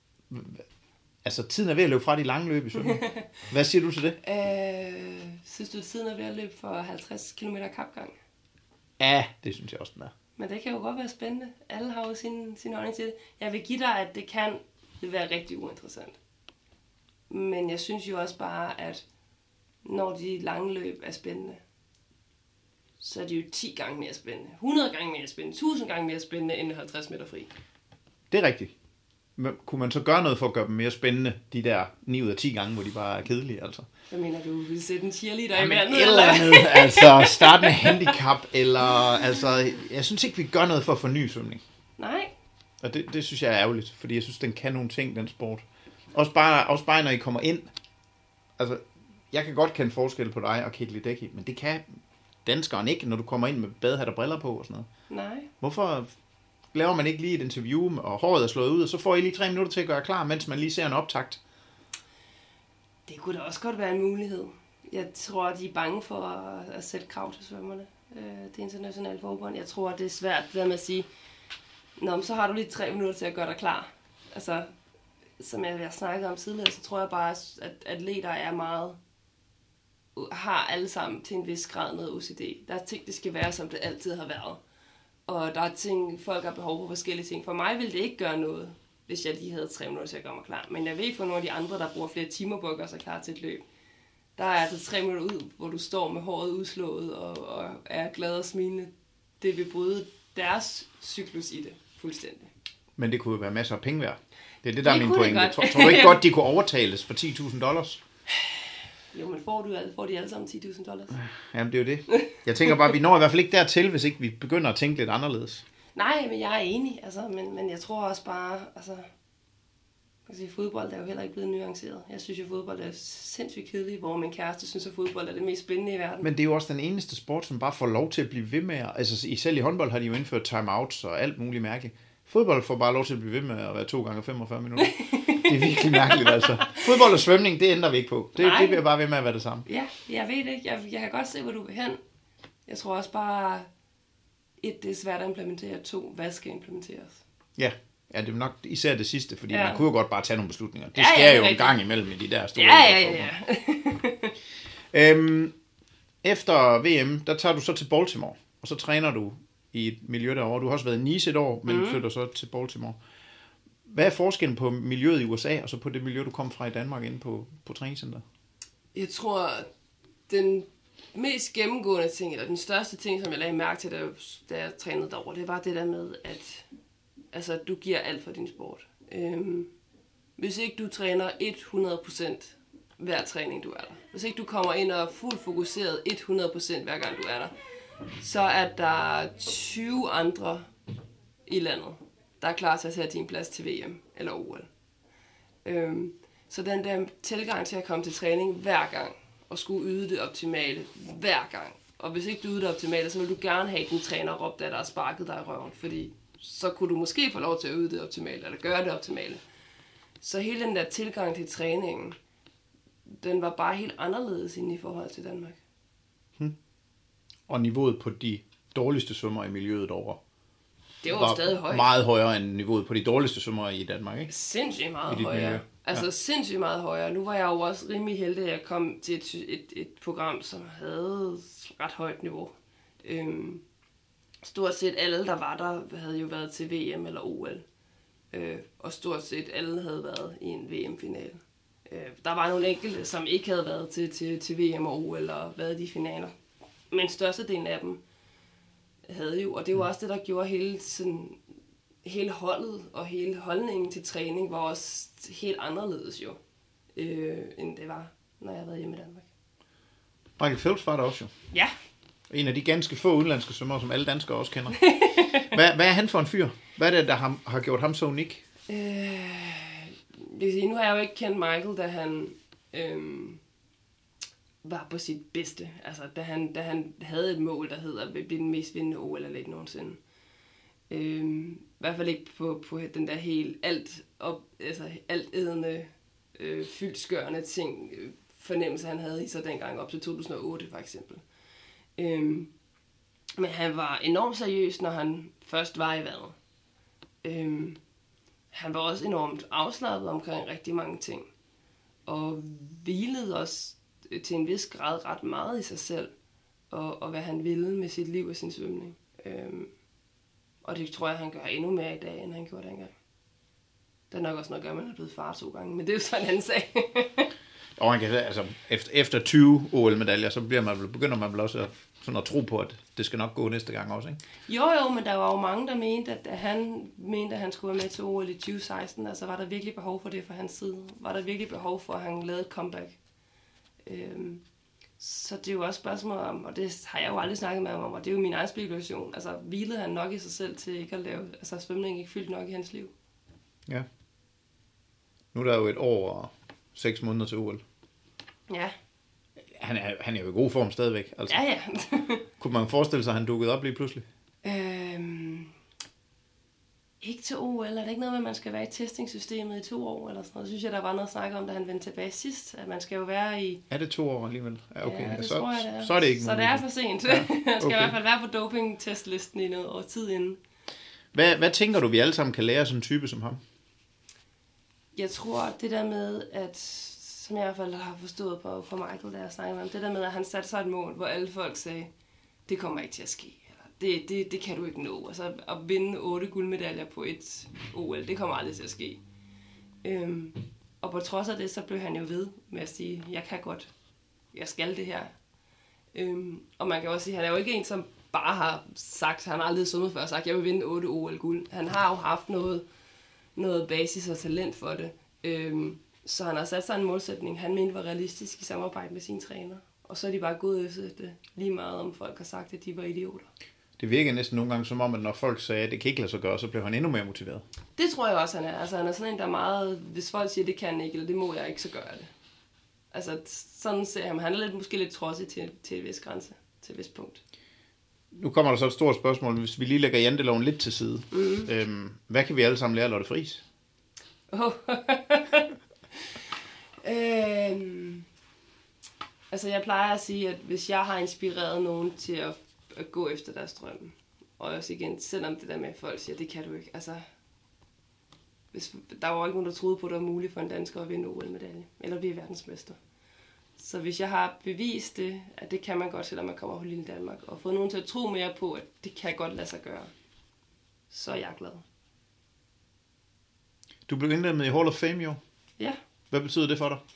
Altså, tiden er ved at løbe fra de lange løb i svømning. Hvad siger du til det? Synes du, at tiden er ved at løbe for 50 km kapgang? Ja, det synes jeg også, den er. Men det kan jo godt være spændende. Alle har jo sin holdning til det. Jeg vil give dig, at det kan være rigtig uinteressant. Men jeg synes jo også bare, at når de lange løb er spændende, så er de jo 10 gange mere spændende, 100 gange mere spændende, 1000 gange mere spændende end 50 meter fri. Det er rigtigt. Men kunne man så gøre noget for at gøre dem mere spændende, de der 9 ud af 10 gange, hvor de bare er kedelige, altså? Hvad mener du? Vil sætte en cheerleader i vandet? Eller andet, altså starte med handicap, eller altså, jeg synes ikke, vi gør noget for at forny svømning. Nej. Og det synes jeg er ærgerligt, fordi jeg synes, den kan nogle ting, den sport. Også bare når I kommer ind. Altså, jeg kan godt kende forskel på dig og Kate Ledecky, men det kan danskeren ikke, når du kommer ind med badehat og briller på og sådan noget. Nej. Hvorfor laver man ikke lige et interview, og håret er slået ud, og så får I lige 3 minutter til at gøre klar, mens man lige ser en optakt? Det kunne da også godt være en mulighed. Jeg tror, de er bange for at sætte krav til svømmerne. Det internationale forbund. Jeg tror, det er svært det der med at sige, nå, så har du lige 3 minutter til at gøre dig klar. Altså, som jeg har snakket om tidligere, så tror jeg bare, at atleter er meget, har alle sammen til en vis grad noget OCD. Der er ting, det skal være, som det altid har været. Og der er ting, folk har behov for forskellige ting. For mig ville det ikke gøre noget, hvis jeg lige havde 3 minutter til at gøre mig klar. Men jeg ved for nogle af de andre, der bruger flere timer på at gøre sig klar til et løb. Der er altså 3 minutter ud, hvor du står med håret udslået og er glad og smilende. Det vil bryde deres cyklus i det fuldstændig. Men det kunne jo være masser af penge værd. Det er det, der er min pointe. Tror du ikke godt, de kunne overtales for $10,000? Jo, men får de alle sammen $10,000? Jamen, det er jo det. Jeg tænker bare, vi når i hvert fald ikke dertil, hvis ikke vi begynder at tænke lidt anderledes. Nej, men jeg er enig. Altså, men jeg tror også bare, altså, fodbold er jo heller ikke blevet nuanceret. Jeg synes jo, fodbold er sindssygt kedeligt, hvor min kæreste synes, at fodbold er det mest spændende i verden. Men det er jo også den eneste sport, som bare får lov til at blive ved med. Altså, selv i håndbold har de jo indført timeouts og alt muligt mærkeligt. Fodbold får bare lov til at blive ved med at være 2 gange 45 minutter. Det er virkelig mærkeligt, altså. Fodbold og svømning, det ændrer vi ikke på. Det bliver bare ved med at være det samme. Ja, jeg ved det ikke. Jeg kan godt se, hvor du vil hen. Jeg tror også bare, 1, det er svært at implementere, 2, hvad skal implementeres? Ja, det er nok især det sidste, fordi man kunne jo godt bare tage nogle beslutninger. Det sker jo en gang imellem i de der store... Ja. Efter VM, der tager du så til Baltimore, og så træner du i et miljø derovre. Du har også været i Nice et år, men flytter så til Baltimore. Hvad er forskellen på miljøet i USA, og så på det miljø, du kom fra i Danmark inde på træningscenter? Jeg tror, den mest gennemgående ting, eller den største ting, som jeg lagde mærke til, da jeg trænede derovre, det var det der med, at altså, du giver alt for din sport. Hvis ikke du træner 100% hver træning, du er der. Hvis ikke du kommer ind og er fuldt fokuseret 100% hver gang, du er der, så er der 20 andre i landet, der er klar til at tage din plads til VM eller OL. Så den der tilgang til at komme til træning hver gang, og skulle yde det optimale hver gang. Og hvis ikke du yder det optimale, så vil du gerne have din træner råbt, at der er sparket dig i røven, fordi så kunne du måske få lov til at yde det optimale, eller gøre det optimale. Så hele den der tilgang til træningen, den var bare helt anderledes end i forhold til Danmark. Og niveauet på de dårligste svømmer i miljøet over det var stadig højt. Meget højere end niveauet på de dårligste svømmer i Danmark, ikke? Sindssygt meget højere. Altså sindssygt meget højere. Nu var jeg jo også rimelig heldig, at jeg kom til et program, som havde ret højt niveau. Stort set alle, der var der, havde jo været til VM eller OL. Og stort set alle havde været i en VM-finale. Der var nogle enkelte, som ikke havde været til VM og OL og været i de finaler. Men størstedelen af dem havde jo, og det var også det, der gjorde hele holdet og hele holdningen til træning var også helt anderledes jo, end det var, når jeg havde været hjemme i Danmark. Michael Phelps var der også jo. Ja. En af de ganske få udenlandske svømmere, som alle danskere også kender. Hvad er han for en fyr? Hvad er det, der har gjort ham så unik? Nu har jeg jo ikke kendt Michael, da han var på sit bedste. Altså, da han havde et mål, der hedder at blive den mest vindende OL-atlet nogensinde. I hvert fald ikke på den der helt altædende, fyldskørende ting, fornemmelse, han havde i sig dengang op til 2008, for eksempel. Men han var enormt seriøs, når han først var i vandet. Han var også enormt afslappet omkring rigtig mange ting. Og hvilede også til en vis grad ret meget i sig selv. Og hvad han ville med sit liv og sin svømning. Og det tror jeg, han gør endnu mere i dag, end han gjorde dengang. Det er nok også noget at gøre, at man er blevet far 2 gange. Men det er jo sådan en anden sag. Og man kan, altså, efter 20 OL-medaljer, så begynder man vel også sådan at tro på, at det skal nok gå næste gang også, ikke? Jo, men der var jo mange, der mente, at han skulle være med til OL i 2016. Altså, var der virkelig behov for det fra hans side? Var der virkelig behov for, at han lavede et comeback? Så det er jo også spørgsmål om, og det har jeg jo aldrig snakket med ham om, og det er jo min egen spekulation. Altså, hvilede han nok i sig selv til ikke at lave, altså svømning ikke fyldt nok i hans liv? Ja. Nu er der jo 1 år og 6 måneder til OL. Ja. Han er jo i god form stadigvæk. Altså. Ja. Kunne man forestille sig, at han dukkede op lige pludselig? Ikke til OL. Er det ikke noget med, at man skal være i testingssystemet i 2 år? Eller sådan noget? Synes jeg, der var noget at snakke om, da han vendte tilbage sidst. At man skal jo være i... Er det 2 år alligevel? Ja, okay. Ja, det så, tror jeg, det er. Så er det ikke så det er for sent. Ja, okay. Man skal i hvert fald være på dopingtestlisten i noget år tid inden. Hvad tænker du, vi alle sammen kan lære sådan en type som ham? Jeg tror, det der med, at som jeg i hvert fald har forstået på Michael, da jeg snakkede med ham, det der med, at han satte sig et mål, hvor alle folk sagde, det kommer ikke til at ske. Det kan du ikke nå. Altså at vinde 8 guldmedaljer på et OL, det kommer aldrig til at ske. Og på trods af det, så blev han jo ved med at sige, jeg kan godt, jeg skal det her. Og man kan også sige, han er jo ikke en, som bare har sagt, han har aldrig svømmet før og sagt, jeg vil vinde 8 OL-guld. Han har jo haft noget basis og talent for det. Så han har sat sig en målsætning, han mente var realistisk i samarbejde med sine træner. Og så er de bare gået efter det lige meget, om folk har sagt, at de var idioter. Det virker næsten nogle gange som om, at når folk sagde, at det kan ikke lade sig gøre, så blev han endnu mere motiveret. Det tror jeg også, han er. Altså han er sådan en, der er meget, hvis folk siger, det kan han ikke, eller det må jeg ikke, så gør jeg det. Altså sådan ser han. Han er måske lidt trodsig til et vis grænse, til et vis punkt. Nu kommer der så et stort spørgsmål, hvis vi lige lægger janteloven lidt til side. Hvad kan vi alle sammen lære Lotte Friis? Altså jeg plejer at sige, at hvis jeg har inspireret nogen til at gå efter deres drømme, og også igen, selvom det der med, at folk siger, det kan du ikke, altså, der var ikke nogen, der troede på, at det var muligt for en dansker at vinde OL-medalje, eller blive verdensmester. Så hvis jeg har bevist det, at det kan man godt, selvom man kommer fra lille Danmark, og fået nogen til at tro mere på, at det kan godt lade sig gøre, så er jeg glad. Du blev indlemmet i Hall of Fame i år. Ja. Hvad betyder det for dig?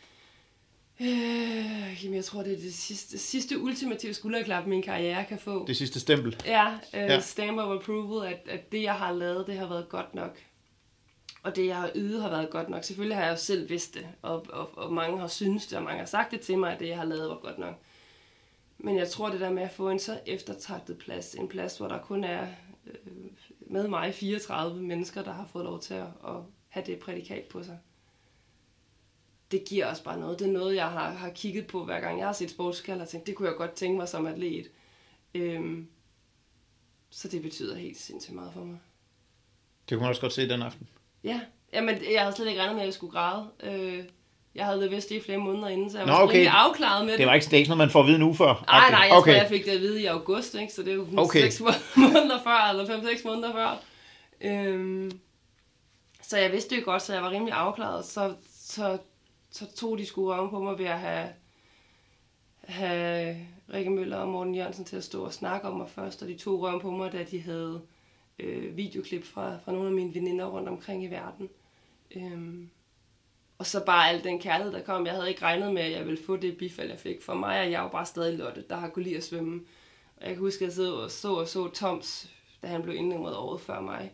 Jamen jeg tror, det er det sidste ultimative skulderklap, min karriere kan få. Det sidste stempel. Ja, stamp of approval, at det, jeg har lavet, det har været godt nok. Og det, jeg har ydet, har været godt nok. Selvfølgelig har jeg jo selv vidst det, og mange har syntes det, og mange har sagt det til mig, at det, jeg har lavet, var godt nok. Men jeg tror, det der med at få en så eftertragtet plads, en plads, hvor der kun er med mig 34 mennesker, der har fået lov til at have det prædikat på sig. Det giver også bare noget. Det er noget, jeg har kigget på, hver gang jeg har set sportskald, og tænkt, det kunne jeg godt tænke mig som atlet. Så det betyder helt sindssygt meget for mig. Det kunne man også godt se den aften. Ja, jamen jeg havde slet ikke regnet med, at jeg skulle græde. Jeg havde det vist i flere måneder inden, så jeg var rigtig afklaret med det. Det er ikke noget, man får at vide nu før? Nej, jeg tror, jeg fik det at vide i august, ikke? Så det er jo 6 måneder før, eller 5-6 måneder før. Så jeg vidste det jo godt, så jeg var rimelig afklaret. Så tog de sgu røven på mig ved at have Rikke Møller og Morten Jørgensen til at stå og snakke om mig først, og de tog røven på mig, da de havde videoklip fra nogle af mine veninder rundt omkring i verden. Og så bare al den kærlighed, der kom. Jeg havde ikke regnet med, at jeg ville få det bifald, jeg fik. For mig er jeg jo bare stadig Lotte, der har kunnet lide at svømme. Og jeg kan huske, at jeg så Toms, da han blev indlemmet året før mig.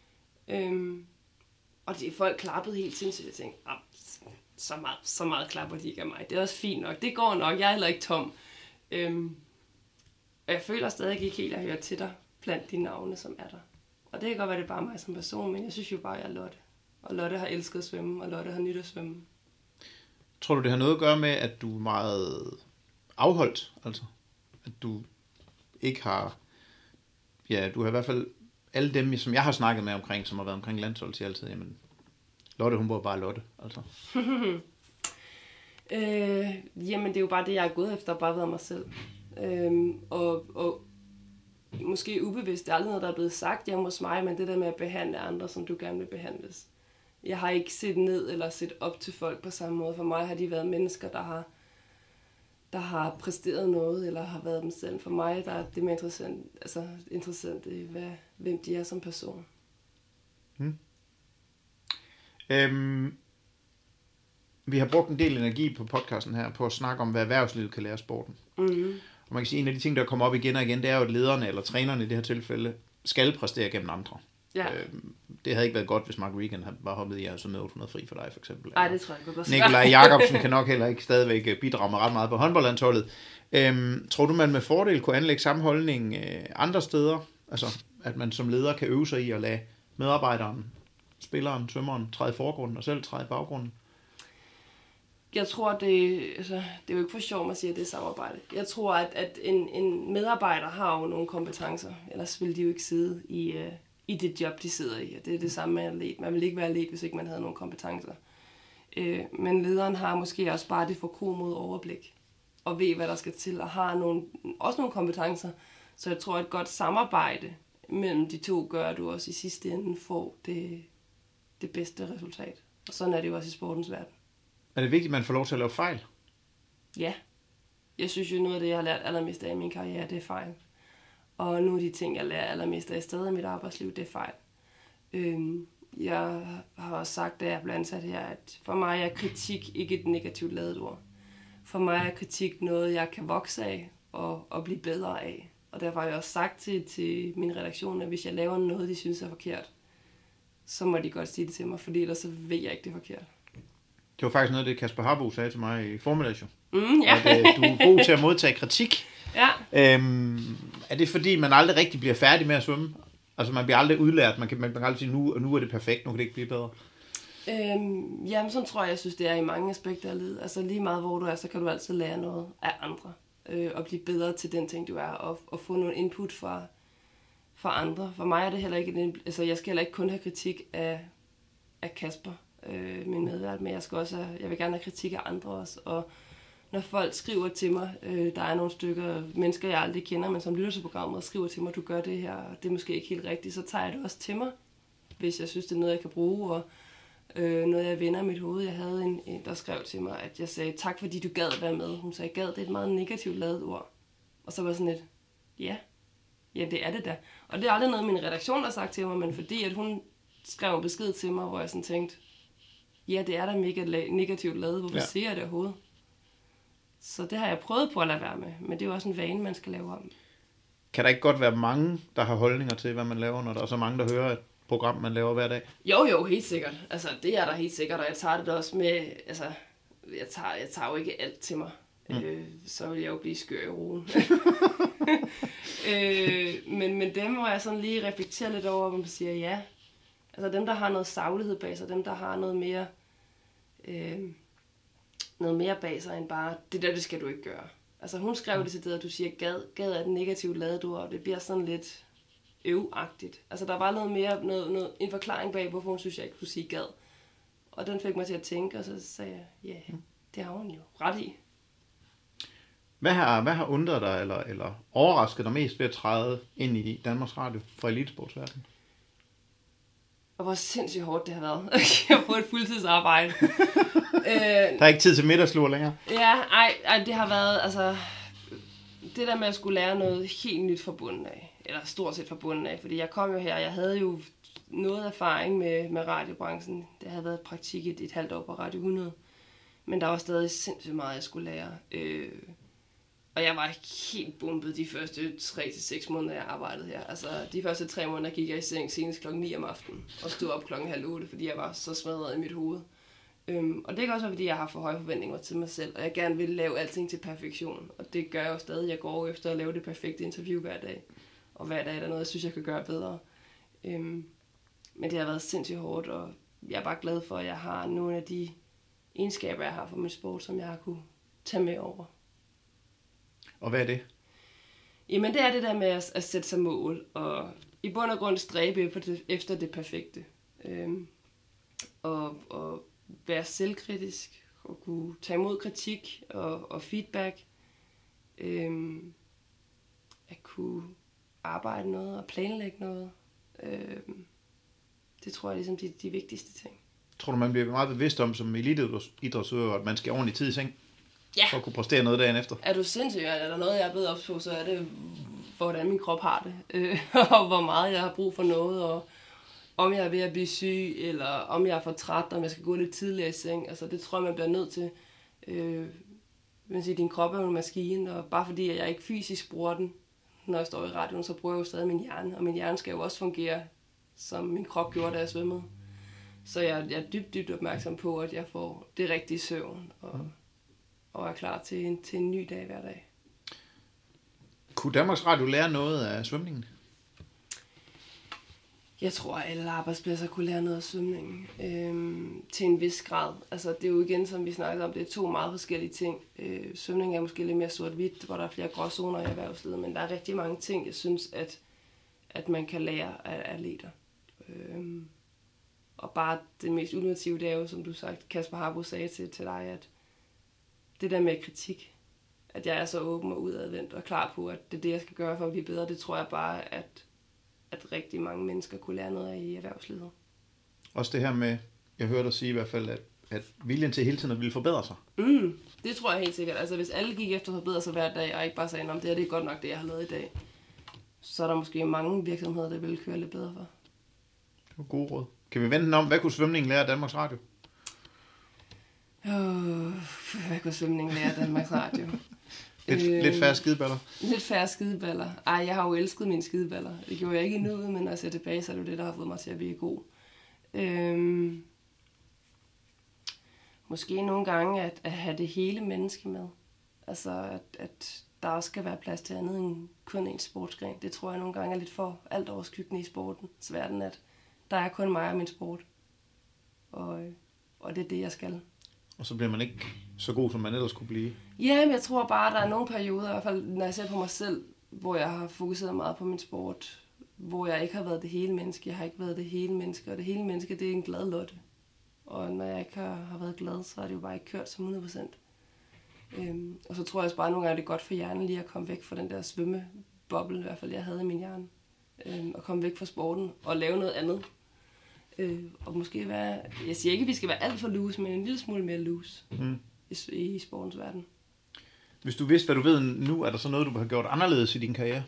Og de folk klappede helt sindssygt. Jeg tænkte, så meget klapper de ikke af mig. Det er også fint nok. Det går nok. Jeg er heller ikke tom. Og jeg føler stadig ikke helt, at jeg hører til dig blandt de navne, som er der. Og det kan godt være, det er bare mig som person, men jeg synes jo bare, at jeg er Lotte. Og Lotte har elsket at svømme, og Lotte har nyt at svømme. Tror du, det har noget at gøre med, at du er meget afholdt? Altså, at du ikke har... Ja, du har i hvert fald... Alle dem, som jeg har snakket med omkring, som har været omkring landshold, siger altid, jamen, Lotte, hun var bare Lotte, altså. Jamen, det er jo bare det, jeg er gået efter, bare været mig selv. Og måske ubevidst, det er aldrig noget, der er blevet sagt hjemme hos mig, men det der med at behandle andre, som du gerne vil behandles. Jeg har ikke set ned eller set op til folk på samme måde. For mig har de været mennesker, der har præsteret noget, eller har været dem selv. For mig der er det mere interessant hvem de er som person. Vi har brugt en del energi på podcasten her, på at snakke om, hvad erhvervslivet kan lære af sporten. Mm-hmm. Og man kan sige, en af de ting, der kommer op igen og igen, det er jo, at lederne, eller trænerne i det her tilfælde, skal præstere gennem andre. Ja. Det havde ikke været godt, hvis Mark Regan var hoppet i, så med 800 fri for dig, for eksempel. Nej, det tror jeg godt. Nikolaj Jakobsen kan nok heller ikke stadigvæk bidrage med ret meget på håndboldlandsholdet. Tror du, man med fordel kunne anlægge samme holdning andre steder? Altså, at man som leder kan øve sig i at lade medarbejderen, spilleren, svømmeren, træde i forgrunden og selv træde i baggrunden? Jeg tror, det er jo ikke for sjov, man siger, at det er samarbejde. Jeg tror, at en medarbejder har jo nogle kompetencer, ellers ville de jo ikke sidde i det job, de sidder i. Og det er det samme med atlet. Man vil ikke være atlet, hvis ikke man havde nogle kompetencer. Men lederen har måske også bare det forkromede overblik, og ved, hvad der skal til, og har også nogle kompetencer. Så jeg tror, at et godt samarbejde mellem de to gør, at du også i sidste ende får det bedste resultat. Og sådan er det jo også i sportens verden. Er det vigtigt, at man får lov til at lave fejl? Ja. Jeg synes jo, noget af det, jeg har lært allermest af i min karriere, det er fejl. Og nogle af de ting, jeg lærer allermest af stadig i mit arbejdsliv, det er fejl. Jeg har også sagt, da jeg blev ansat her, at for mig er kritik ikke et negativt ladet ord. For mig er kritik noget, jeg kan vokse af og blive bedre af. Og derfor har jeg også sagt til min redaktion, at hvis jeg laver noget, de synes er forkert, så må de godt sige det til mig, fordi ellers så ved jeg ikke, det er forkert. Det var faktisk noget, det Kasper Harbo sagde til mig i formiddags. Ja. At du er god til at modtage kritik. Ja. Er det fordi, man aldrig rigtig bliver færdig med at svømme? Altså man bliver aldrig udlært, man kan aldrig sige, nu er det perfekt, nu kan det ikke blive bedre. Jamen sådan tror jeg synes, det er i mange aspekter af livet. Altså lige meget hvor du er, så kan du altid lære noget af andre. Og blive bedre til den ting, du er, og få nogle input fra andre. For mig er det heller ikke, jeg skal heller ikke kun have kritik af Kasper, min medvært, men jeg vil gerne have kritik af andre også. Og når folk skriver til mig, der er nogle stykker mennesker, jeg aldrig kender, men som lytter til programmet og skriver til mig, du gør det her, og det er måske ikke helt rigtigt, så tager jeg det også til mig, hvis jeg synes, det er noget, jeg kan bruge, og noget, jeg vender i mit hoved. Jeg havde en, der skrev til mig, at jeg sagde, tak fordi du gad være med. Hun sagde, gad, det er et meget negativt ladet ord. Og så var sådan lidt, ja, det er det da. Og det er aldrig noget, min redaktion har sagt til mig, men fordi at hun skrev en besked til mig, hvor jeg sådan tænkte, ja, det er da mega negativt ladet, hvorfor siger jeg det overhovedet? Så det har jeg prøvet på at lade være med, men det er jo også en vane, man skal lave om. Kan der ikke godt være mange, der har holdninger til, hvad man laver, når der er så mange, der hører et program, man laver hver dag? Jo, helt sikkert. Altså, det er der helt sikkert, og jeg tager det også med, altså, jeg tager jo ikke alt til mig. Så vil jeg jo blive skør i roen. Men dem, hvor jeg sådan lige reflekterer lidt over, hvor man siger ja. Altså dem, der har noget saglighed bag sig, dem, der har noget mere bag sig end bare, det skal du ikke gøre. Altså hun skrev det til det, at du siger, gad er et negativt ladet ord, og det bliver sådan lidt øvagtigt. Altså der var noget mere, en forklaring bag, hvorfor hun synes, jeg ikke kunne sige gad. Og den fik mig til at tænke, og så sagde jeg, ja, det har hun jo ret i. Hvad har undret dig, eller overrasket dig mest ved at træde ind i Danmarks Radio fra elitesportsverdenen? Og hvor sindssygt hårdt det har været. Jeg har fået et fuldtidsarbejde. Der er ikke tid til middagslur længere. Ja, ej, det har været, altså, det der med at skulle lære noget helt nyt fra bunden af, eller stort set fra bunden af, fordi jeg kom jo her, jeg havde jo noget erfaring med radiobranchen. Det havde været praktik et halvt år på Radio 100, men der var stadig sindssygt meget, jeg skulle lære. Og jeg var helt bumpet de første 3-6 måneder, jeg arbejdede her. Altså, de første 3 måneder gik jeg i seng senest klokken 9 om aftenen, og stod op klokken 7:30, fordi jeg var så smadret i mit hoved. Og det kan også være, fordi jeg har for høje forventninger til mig selv, og jeg gerne vil lave alting til perfektion. Og det gør jeg jo stadig. Jeg går efter at lave det perfekte interview hver dag. Og hver dag er der noget, jeg synes, jeg kan gøre bedre. Men det har været sindssygt hårdt, og jeg er bare glad for, at jeg har nogle af de egenskaber, jeg har for min sport, som jeg har kunne tage med over. Og hvad er det? Jamen det er det der med at sætte sig mål, og i bund og grund stræbe efter det perfekte. Og være selvkritisk, og kunne tage imod kritik og feedback. At kunne arbejde noget og planlægge noget. Det tror jeg er ligesom de vigtigste ting. Tror du, man bliver meget bevidst om som eliteidrætsudøver, at man skal ordentligt tid i seng? Ja. For at kunne præstere noget dagen efter? Er du sindssygt? Er der noget, jeg er blevet ops på, så er det, hvordan min krop har det. Og hvor meget jeg har brug for noget, og om jeg er ved at blive syg, eller om jeg er for træt, om jeg skal gå lidt tidligere i seng. Altså, det tror jeg, man bliver nødt til. Din krop er jo en maskine, og bare fordi jeg ikke fysisk bruger den, når jeg står i radioen, så bruger jeg jo stadig min hjerne. Og min hjerne skal jo også fungere, som min krop gjorde, da jeg svømmede. Så jeg er dybt opmærksom på, at jeg får det rigtige søvn, og er klar til en ny dag hver dag. Kunne Danmarks Radio lære noget af svømningen? Jeg tror, at alle arbejdspladser kunne lære noget af svømningen. Til en vis grad. Altså, det er jo igen, som vi snakkede om, det er 2 meget forskellige ting. Svømning er måske lidt mere sort-hvidt, hvor der er flere gråzoner i erhvervslivet, men der er rigtig mange ting, jeg synes, at man kan lære af atleter. Og bare det mest ultimative, det er jo, som du sagt, Kasper Harbo sagde til dig, at det der med kritik, at jeg er så åben og udadvendt og klar på, at det er det, jeg skal gøre for at blive bedre, det tror jeg bare, at rigtig mange mennesker kunne lære noget af i erhvervslivet. Også det her med, jeg hørte dig sige i hvert fald, at viljen til hele tiden at ville forbedre sig. Det tror jeg helt sikkert. Altså hvis alle gik efter at forbedre sig hver dag, og ikke bare sagde, om det er godt nok det, jeg har lavet i dag, så er der måske mange virksomheder, der ville køre lidt bedre for. Det var gode råd. Kan vi vende den om, hvad kunne svømningen lære af Danmarks Radio? Hvad kunne svømningen lære af Danmarks Radio? Lidt færre skideballer. Lidt færre skideballer. Ej, jeg har jo elsket mine skideballer. Det gjorde jeg ikke endnu, men når jeg ser tilbage, så er det jo det, der har fået mig til at blive god. Måske nogle gange at have det hele menneske med. Altså, at der også skal være plads til andet end kun en sportsgren. Det tror jeg nogle gange er lidt for alt overskyggende i sporten. Sværden, at der er kun mig og min sport. Og det er det, jeg skal. Og så bliver man ikke så god, som man ellers kunne blive. Ja, men jeg tror bare, at der er nogle perioder, i hvert fald når jeg ser på mig selv, hvor jeg har fokuseret meget på min sport, hvor jeg ikke har været det hele menneske. Jeg har ikke været det hele menneske, og det hele menneske, det er en glad lotte. Og når jeg ikke har været glad, så er det jo bare ikke kørt som 100%. Og så tror jeg også bare, at nogle gange er det godt for hjernen lige at komme væk fra den der svømmeboble, i hvert fald jeg havde i min hjerne. Og komme væk fra sporten og lave noget andet. Og måske være, jeg siger ikke, at vi skal være alt for loose, men en lille smule mere loose i sportens verden. Hvis du vidste, hvad du ved nu, er der så noget, du har gjort anderledes i din karriere?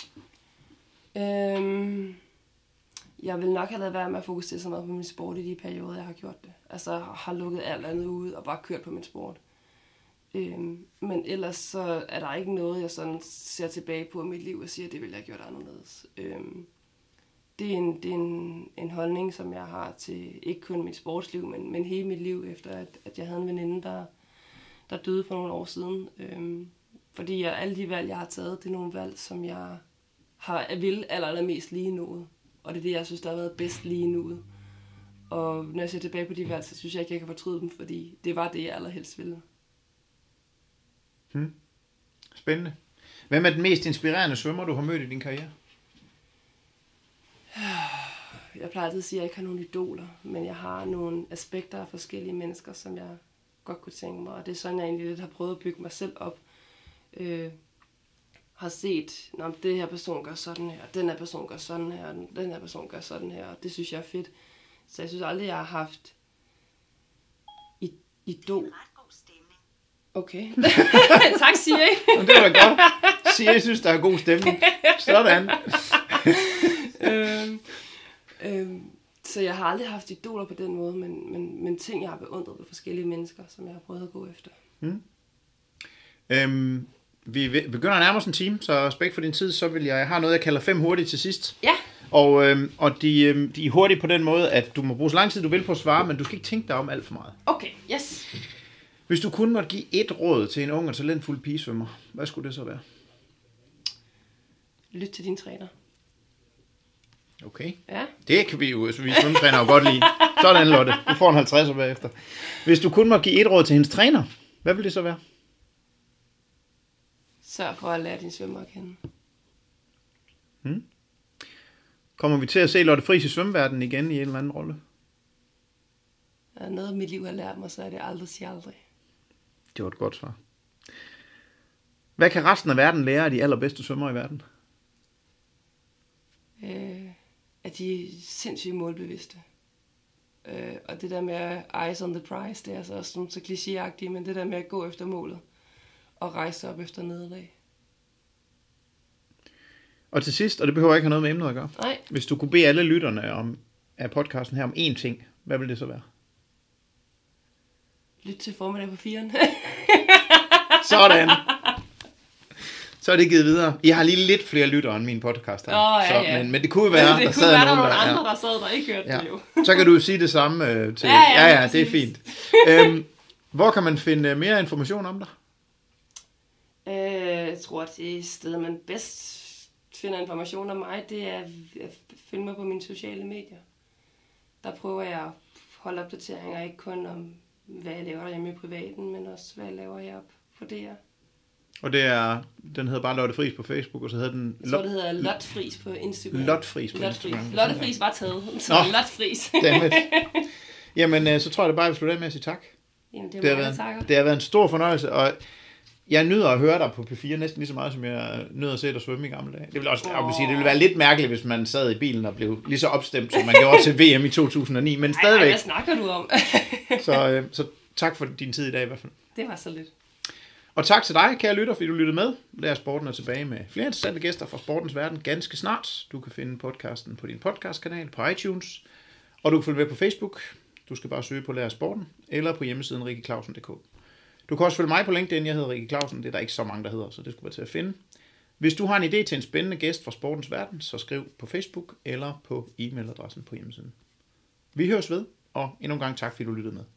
Jeg vil nok have lavet være med at fokusere så meget på min sport i de perioder, jeg har gjort det. Altså har lukket alt andet ud og bare kørt på min sport. Men ellers så er der ikke noget, jeg sådan ser tilbage på i mit liv og siger, at det ville jeg have gjort anderledes. Det er en holdning, som jeg har til ikke kun mit sportsliv, men hele mit liv, efter at jeg havde en veninde, der døde for nogle år siden. Fordi alle de valg, jeg har taget, det er nogle valg, som jeg vil allermest lige nu. Og det er det, jeg synes, der har været bedst lige nu. Og når jeg ser tilbage på de valg, så synes jeg ikke, jeg kan fortryde dem, fordi det var det, jeg allerhelst ville. Spændende. Hvem er den mest inspirerende svømmer, du har mødt i din karriere? Jeg plejer altid at sige, at jeg ikke har nogen idoler, men jeg har nogle aspekter af forskellige mennesker, som jeg godt kunne tænke mig. Og det er sådan, jeg egentlig lidt har prøvet at bygge mig selv op. Har set, når det her person gør sådan her, og den her person gør sådan her, og den her person gør sådan her, og det synes jeg er fedt. Så jeg synes aldrig, jeg har haft idol. Okay. Tak, Siri. Det var da godt. Siri synes, der er god stemning. Sådan. Så jeg har aldrig haft idoler på den måde, men ting, jeg har beundret ved forskellige mennesker, som jeg har prøvet at gå efter. Vi begynder at nærme os en time, så respekt for din tid, så vil jeg have noget, jeg kalder 5 hurtigt til sidst. Ja. Og de er hurtige på den måde, at du må bruge så lang tid, du vil på at svare, men du skal ikke tænke dig om alt for meget. Okay, yes. Hvis du kun måtte give et råd til en ung og talentfuld pigesvømmer, hvad skulle det så være? Lyt til din træner. Okay. Ja. Det kan vi jo, vi svømmetræner jo godt lide. Sådan, Lotte. Du får en 50'er bagefter. Hvis du kun må give et råd til hendes træner, hvad vil det så være? Sørg for at lære din svømmer at kende. Kommer vi til at se Lotte Friis i svømmeverdenen igen i en eller anden rolle? Der er noget, mit liv har lært mig, så er det aldrig sige aldrig. Det var et godt svar. Hvad kan resten af verden lære af de allerbedste svømmere i verden? At de er sindssygt målbevidste. Og det der med eyes on the prize, det er altså også så klichéagtigt, men det der med at gå efter målet og rejse op efter nederlag. Og til sidst, og det behøver ikke have noget med emnet at gøre. Nej. Hvis du kunne bede alle lytterne af podcasten her om én ting, hvad vil det så være? Lyt til formiddag på 4'eren. Sådan. Så er det givet videre. I har lige lidt flere lyttere end min podcast her. Ja. Men det kunne være, det kunne være der nogle andre, der sad der ikke hørte det jo. Så kan du sige det samme til... Ja, det er fint. Hvor kan man finde mere information om dig? Jeg tror, at det sted, man bedst finder information om mig, det er at følge mig på mine sociale medier. Der prøver jeg at holde opdateringer, ikke kun om, hvad jeg laver derhjemme i privaten, men også, hvad jeg laver jeg op på DR. Og den hedder bare Lotte Friis på Facebook, og så hedder den... Jeg tror, det hedder Lot Friis på Instagram. Lot Friis på Instagram. Lotte Friis var taget, så Lot Friis. Jamen, så tror jeg da bare, at vi slutter af med at sige tak. Jamen, Det har været en stor fornøjelse, og jeg nyder at høre dig på P4 næsten lige så meget, som jeg nyder at se dig svømme i gamle dage. Det vil også det ville være lidt mærkeligt, hvis man sad i bilen og blev lige så opstemt, som man gjorde til VM i 2009, men stadigvæk. Nej, hvad snakker du om? så tak for din tid i dag i hvert fald. Det var så lidt. Og tak til dig, kære lytter, fordi du lyttede med. Lær Sporten er tilbage med flere interessante gæster fra sportens verden ganske snart. Du kan finde podcasten på din podcastkanal på iTunes, og du kan følge med på Facebook. Du skal bare søge på Lær Sporten, eller på hjemmesiden rikkeklausen.dk. Du kan også følge mig på LinkedIn, jeg hedder Rikke Clausen. Det er der ikke så mange, der hedder, så det skulle være til at finde. Hvis du har en idé til en spændende gæst fra sportens verden, så skriv på Facebook eller på e-mailadressen på hjemmesiden. Vi høres ved, og endnu en gang tak, fordi du lyttede med.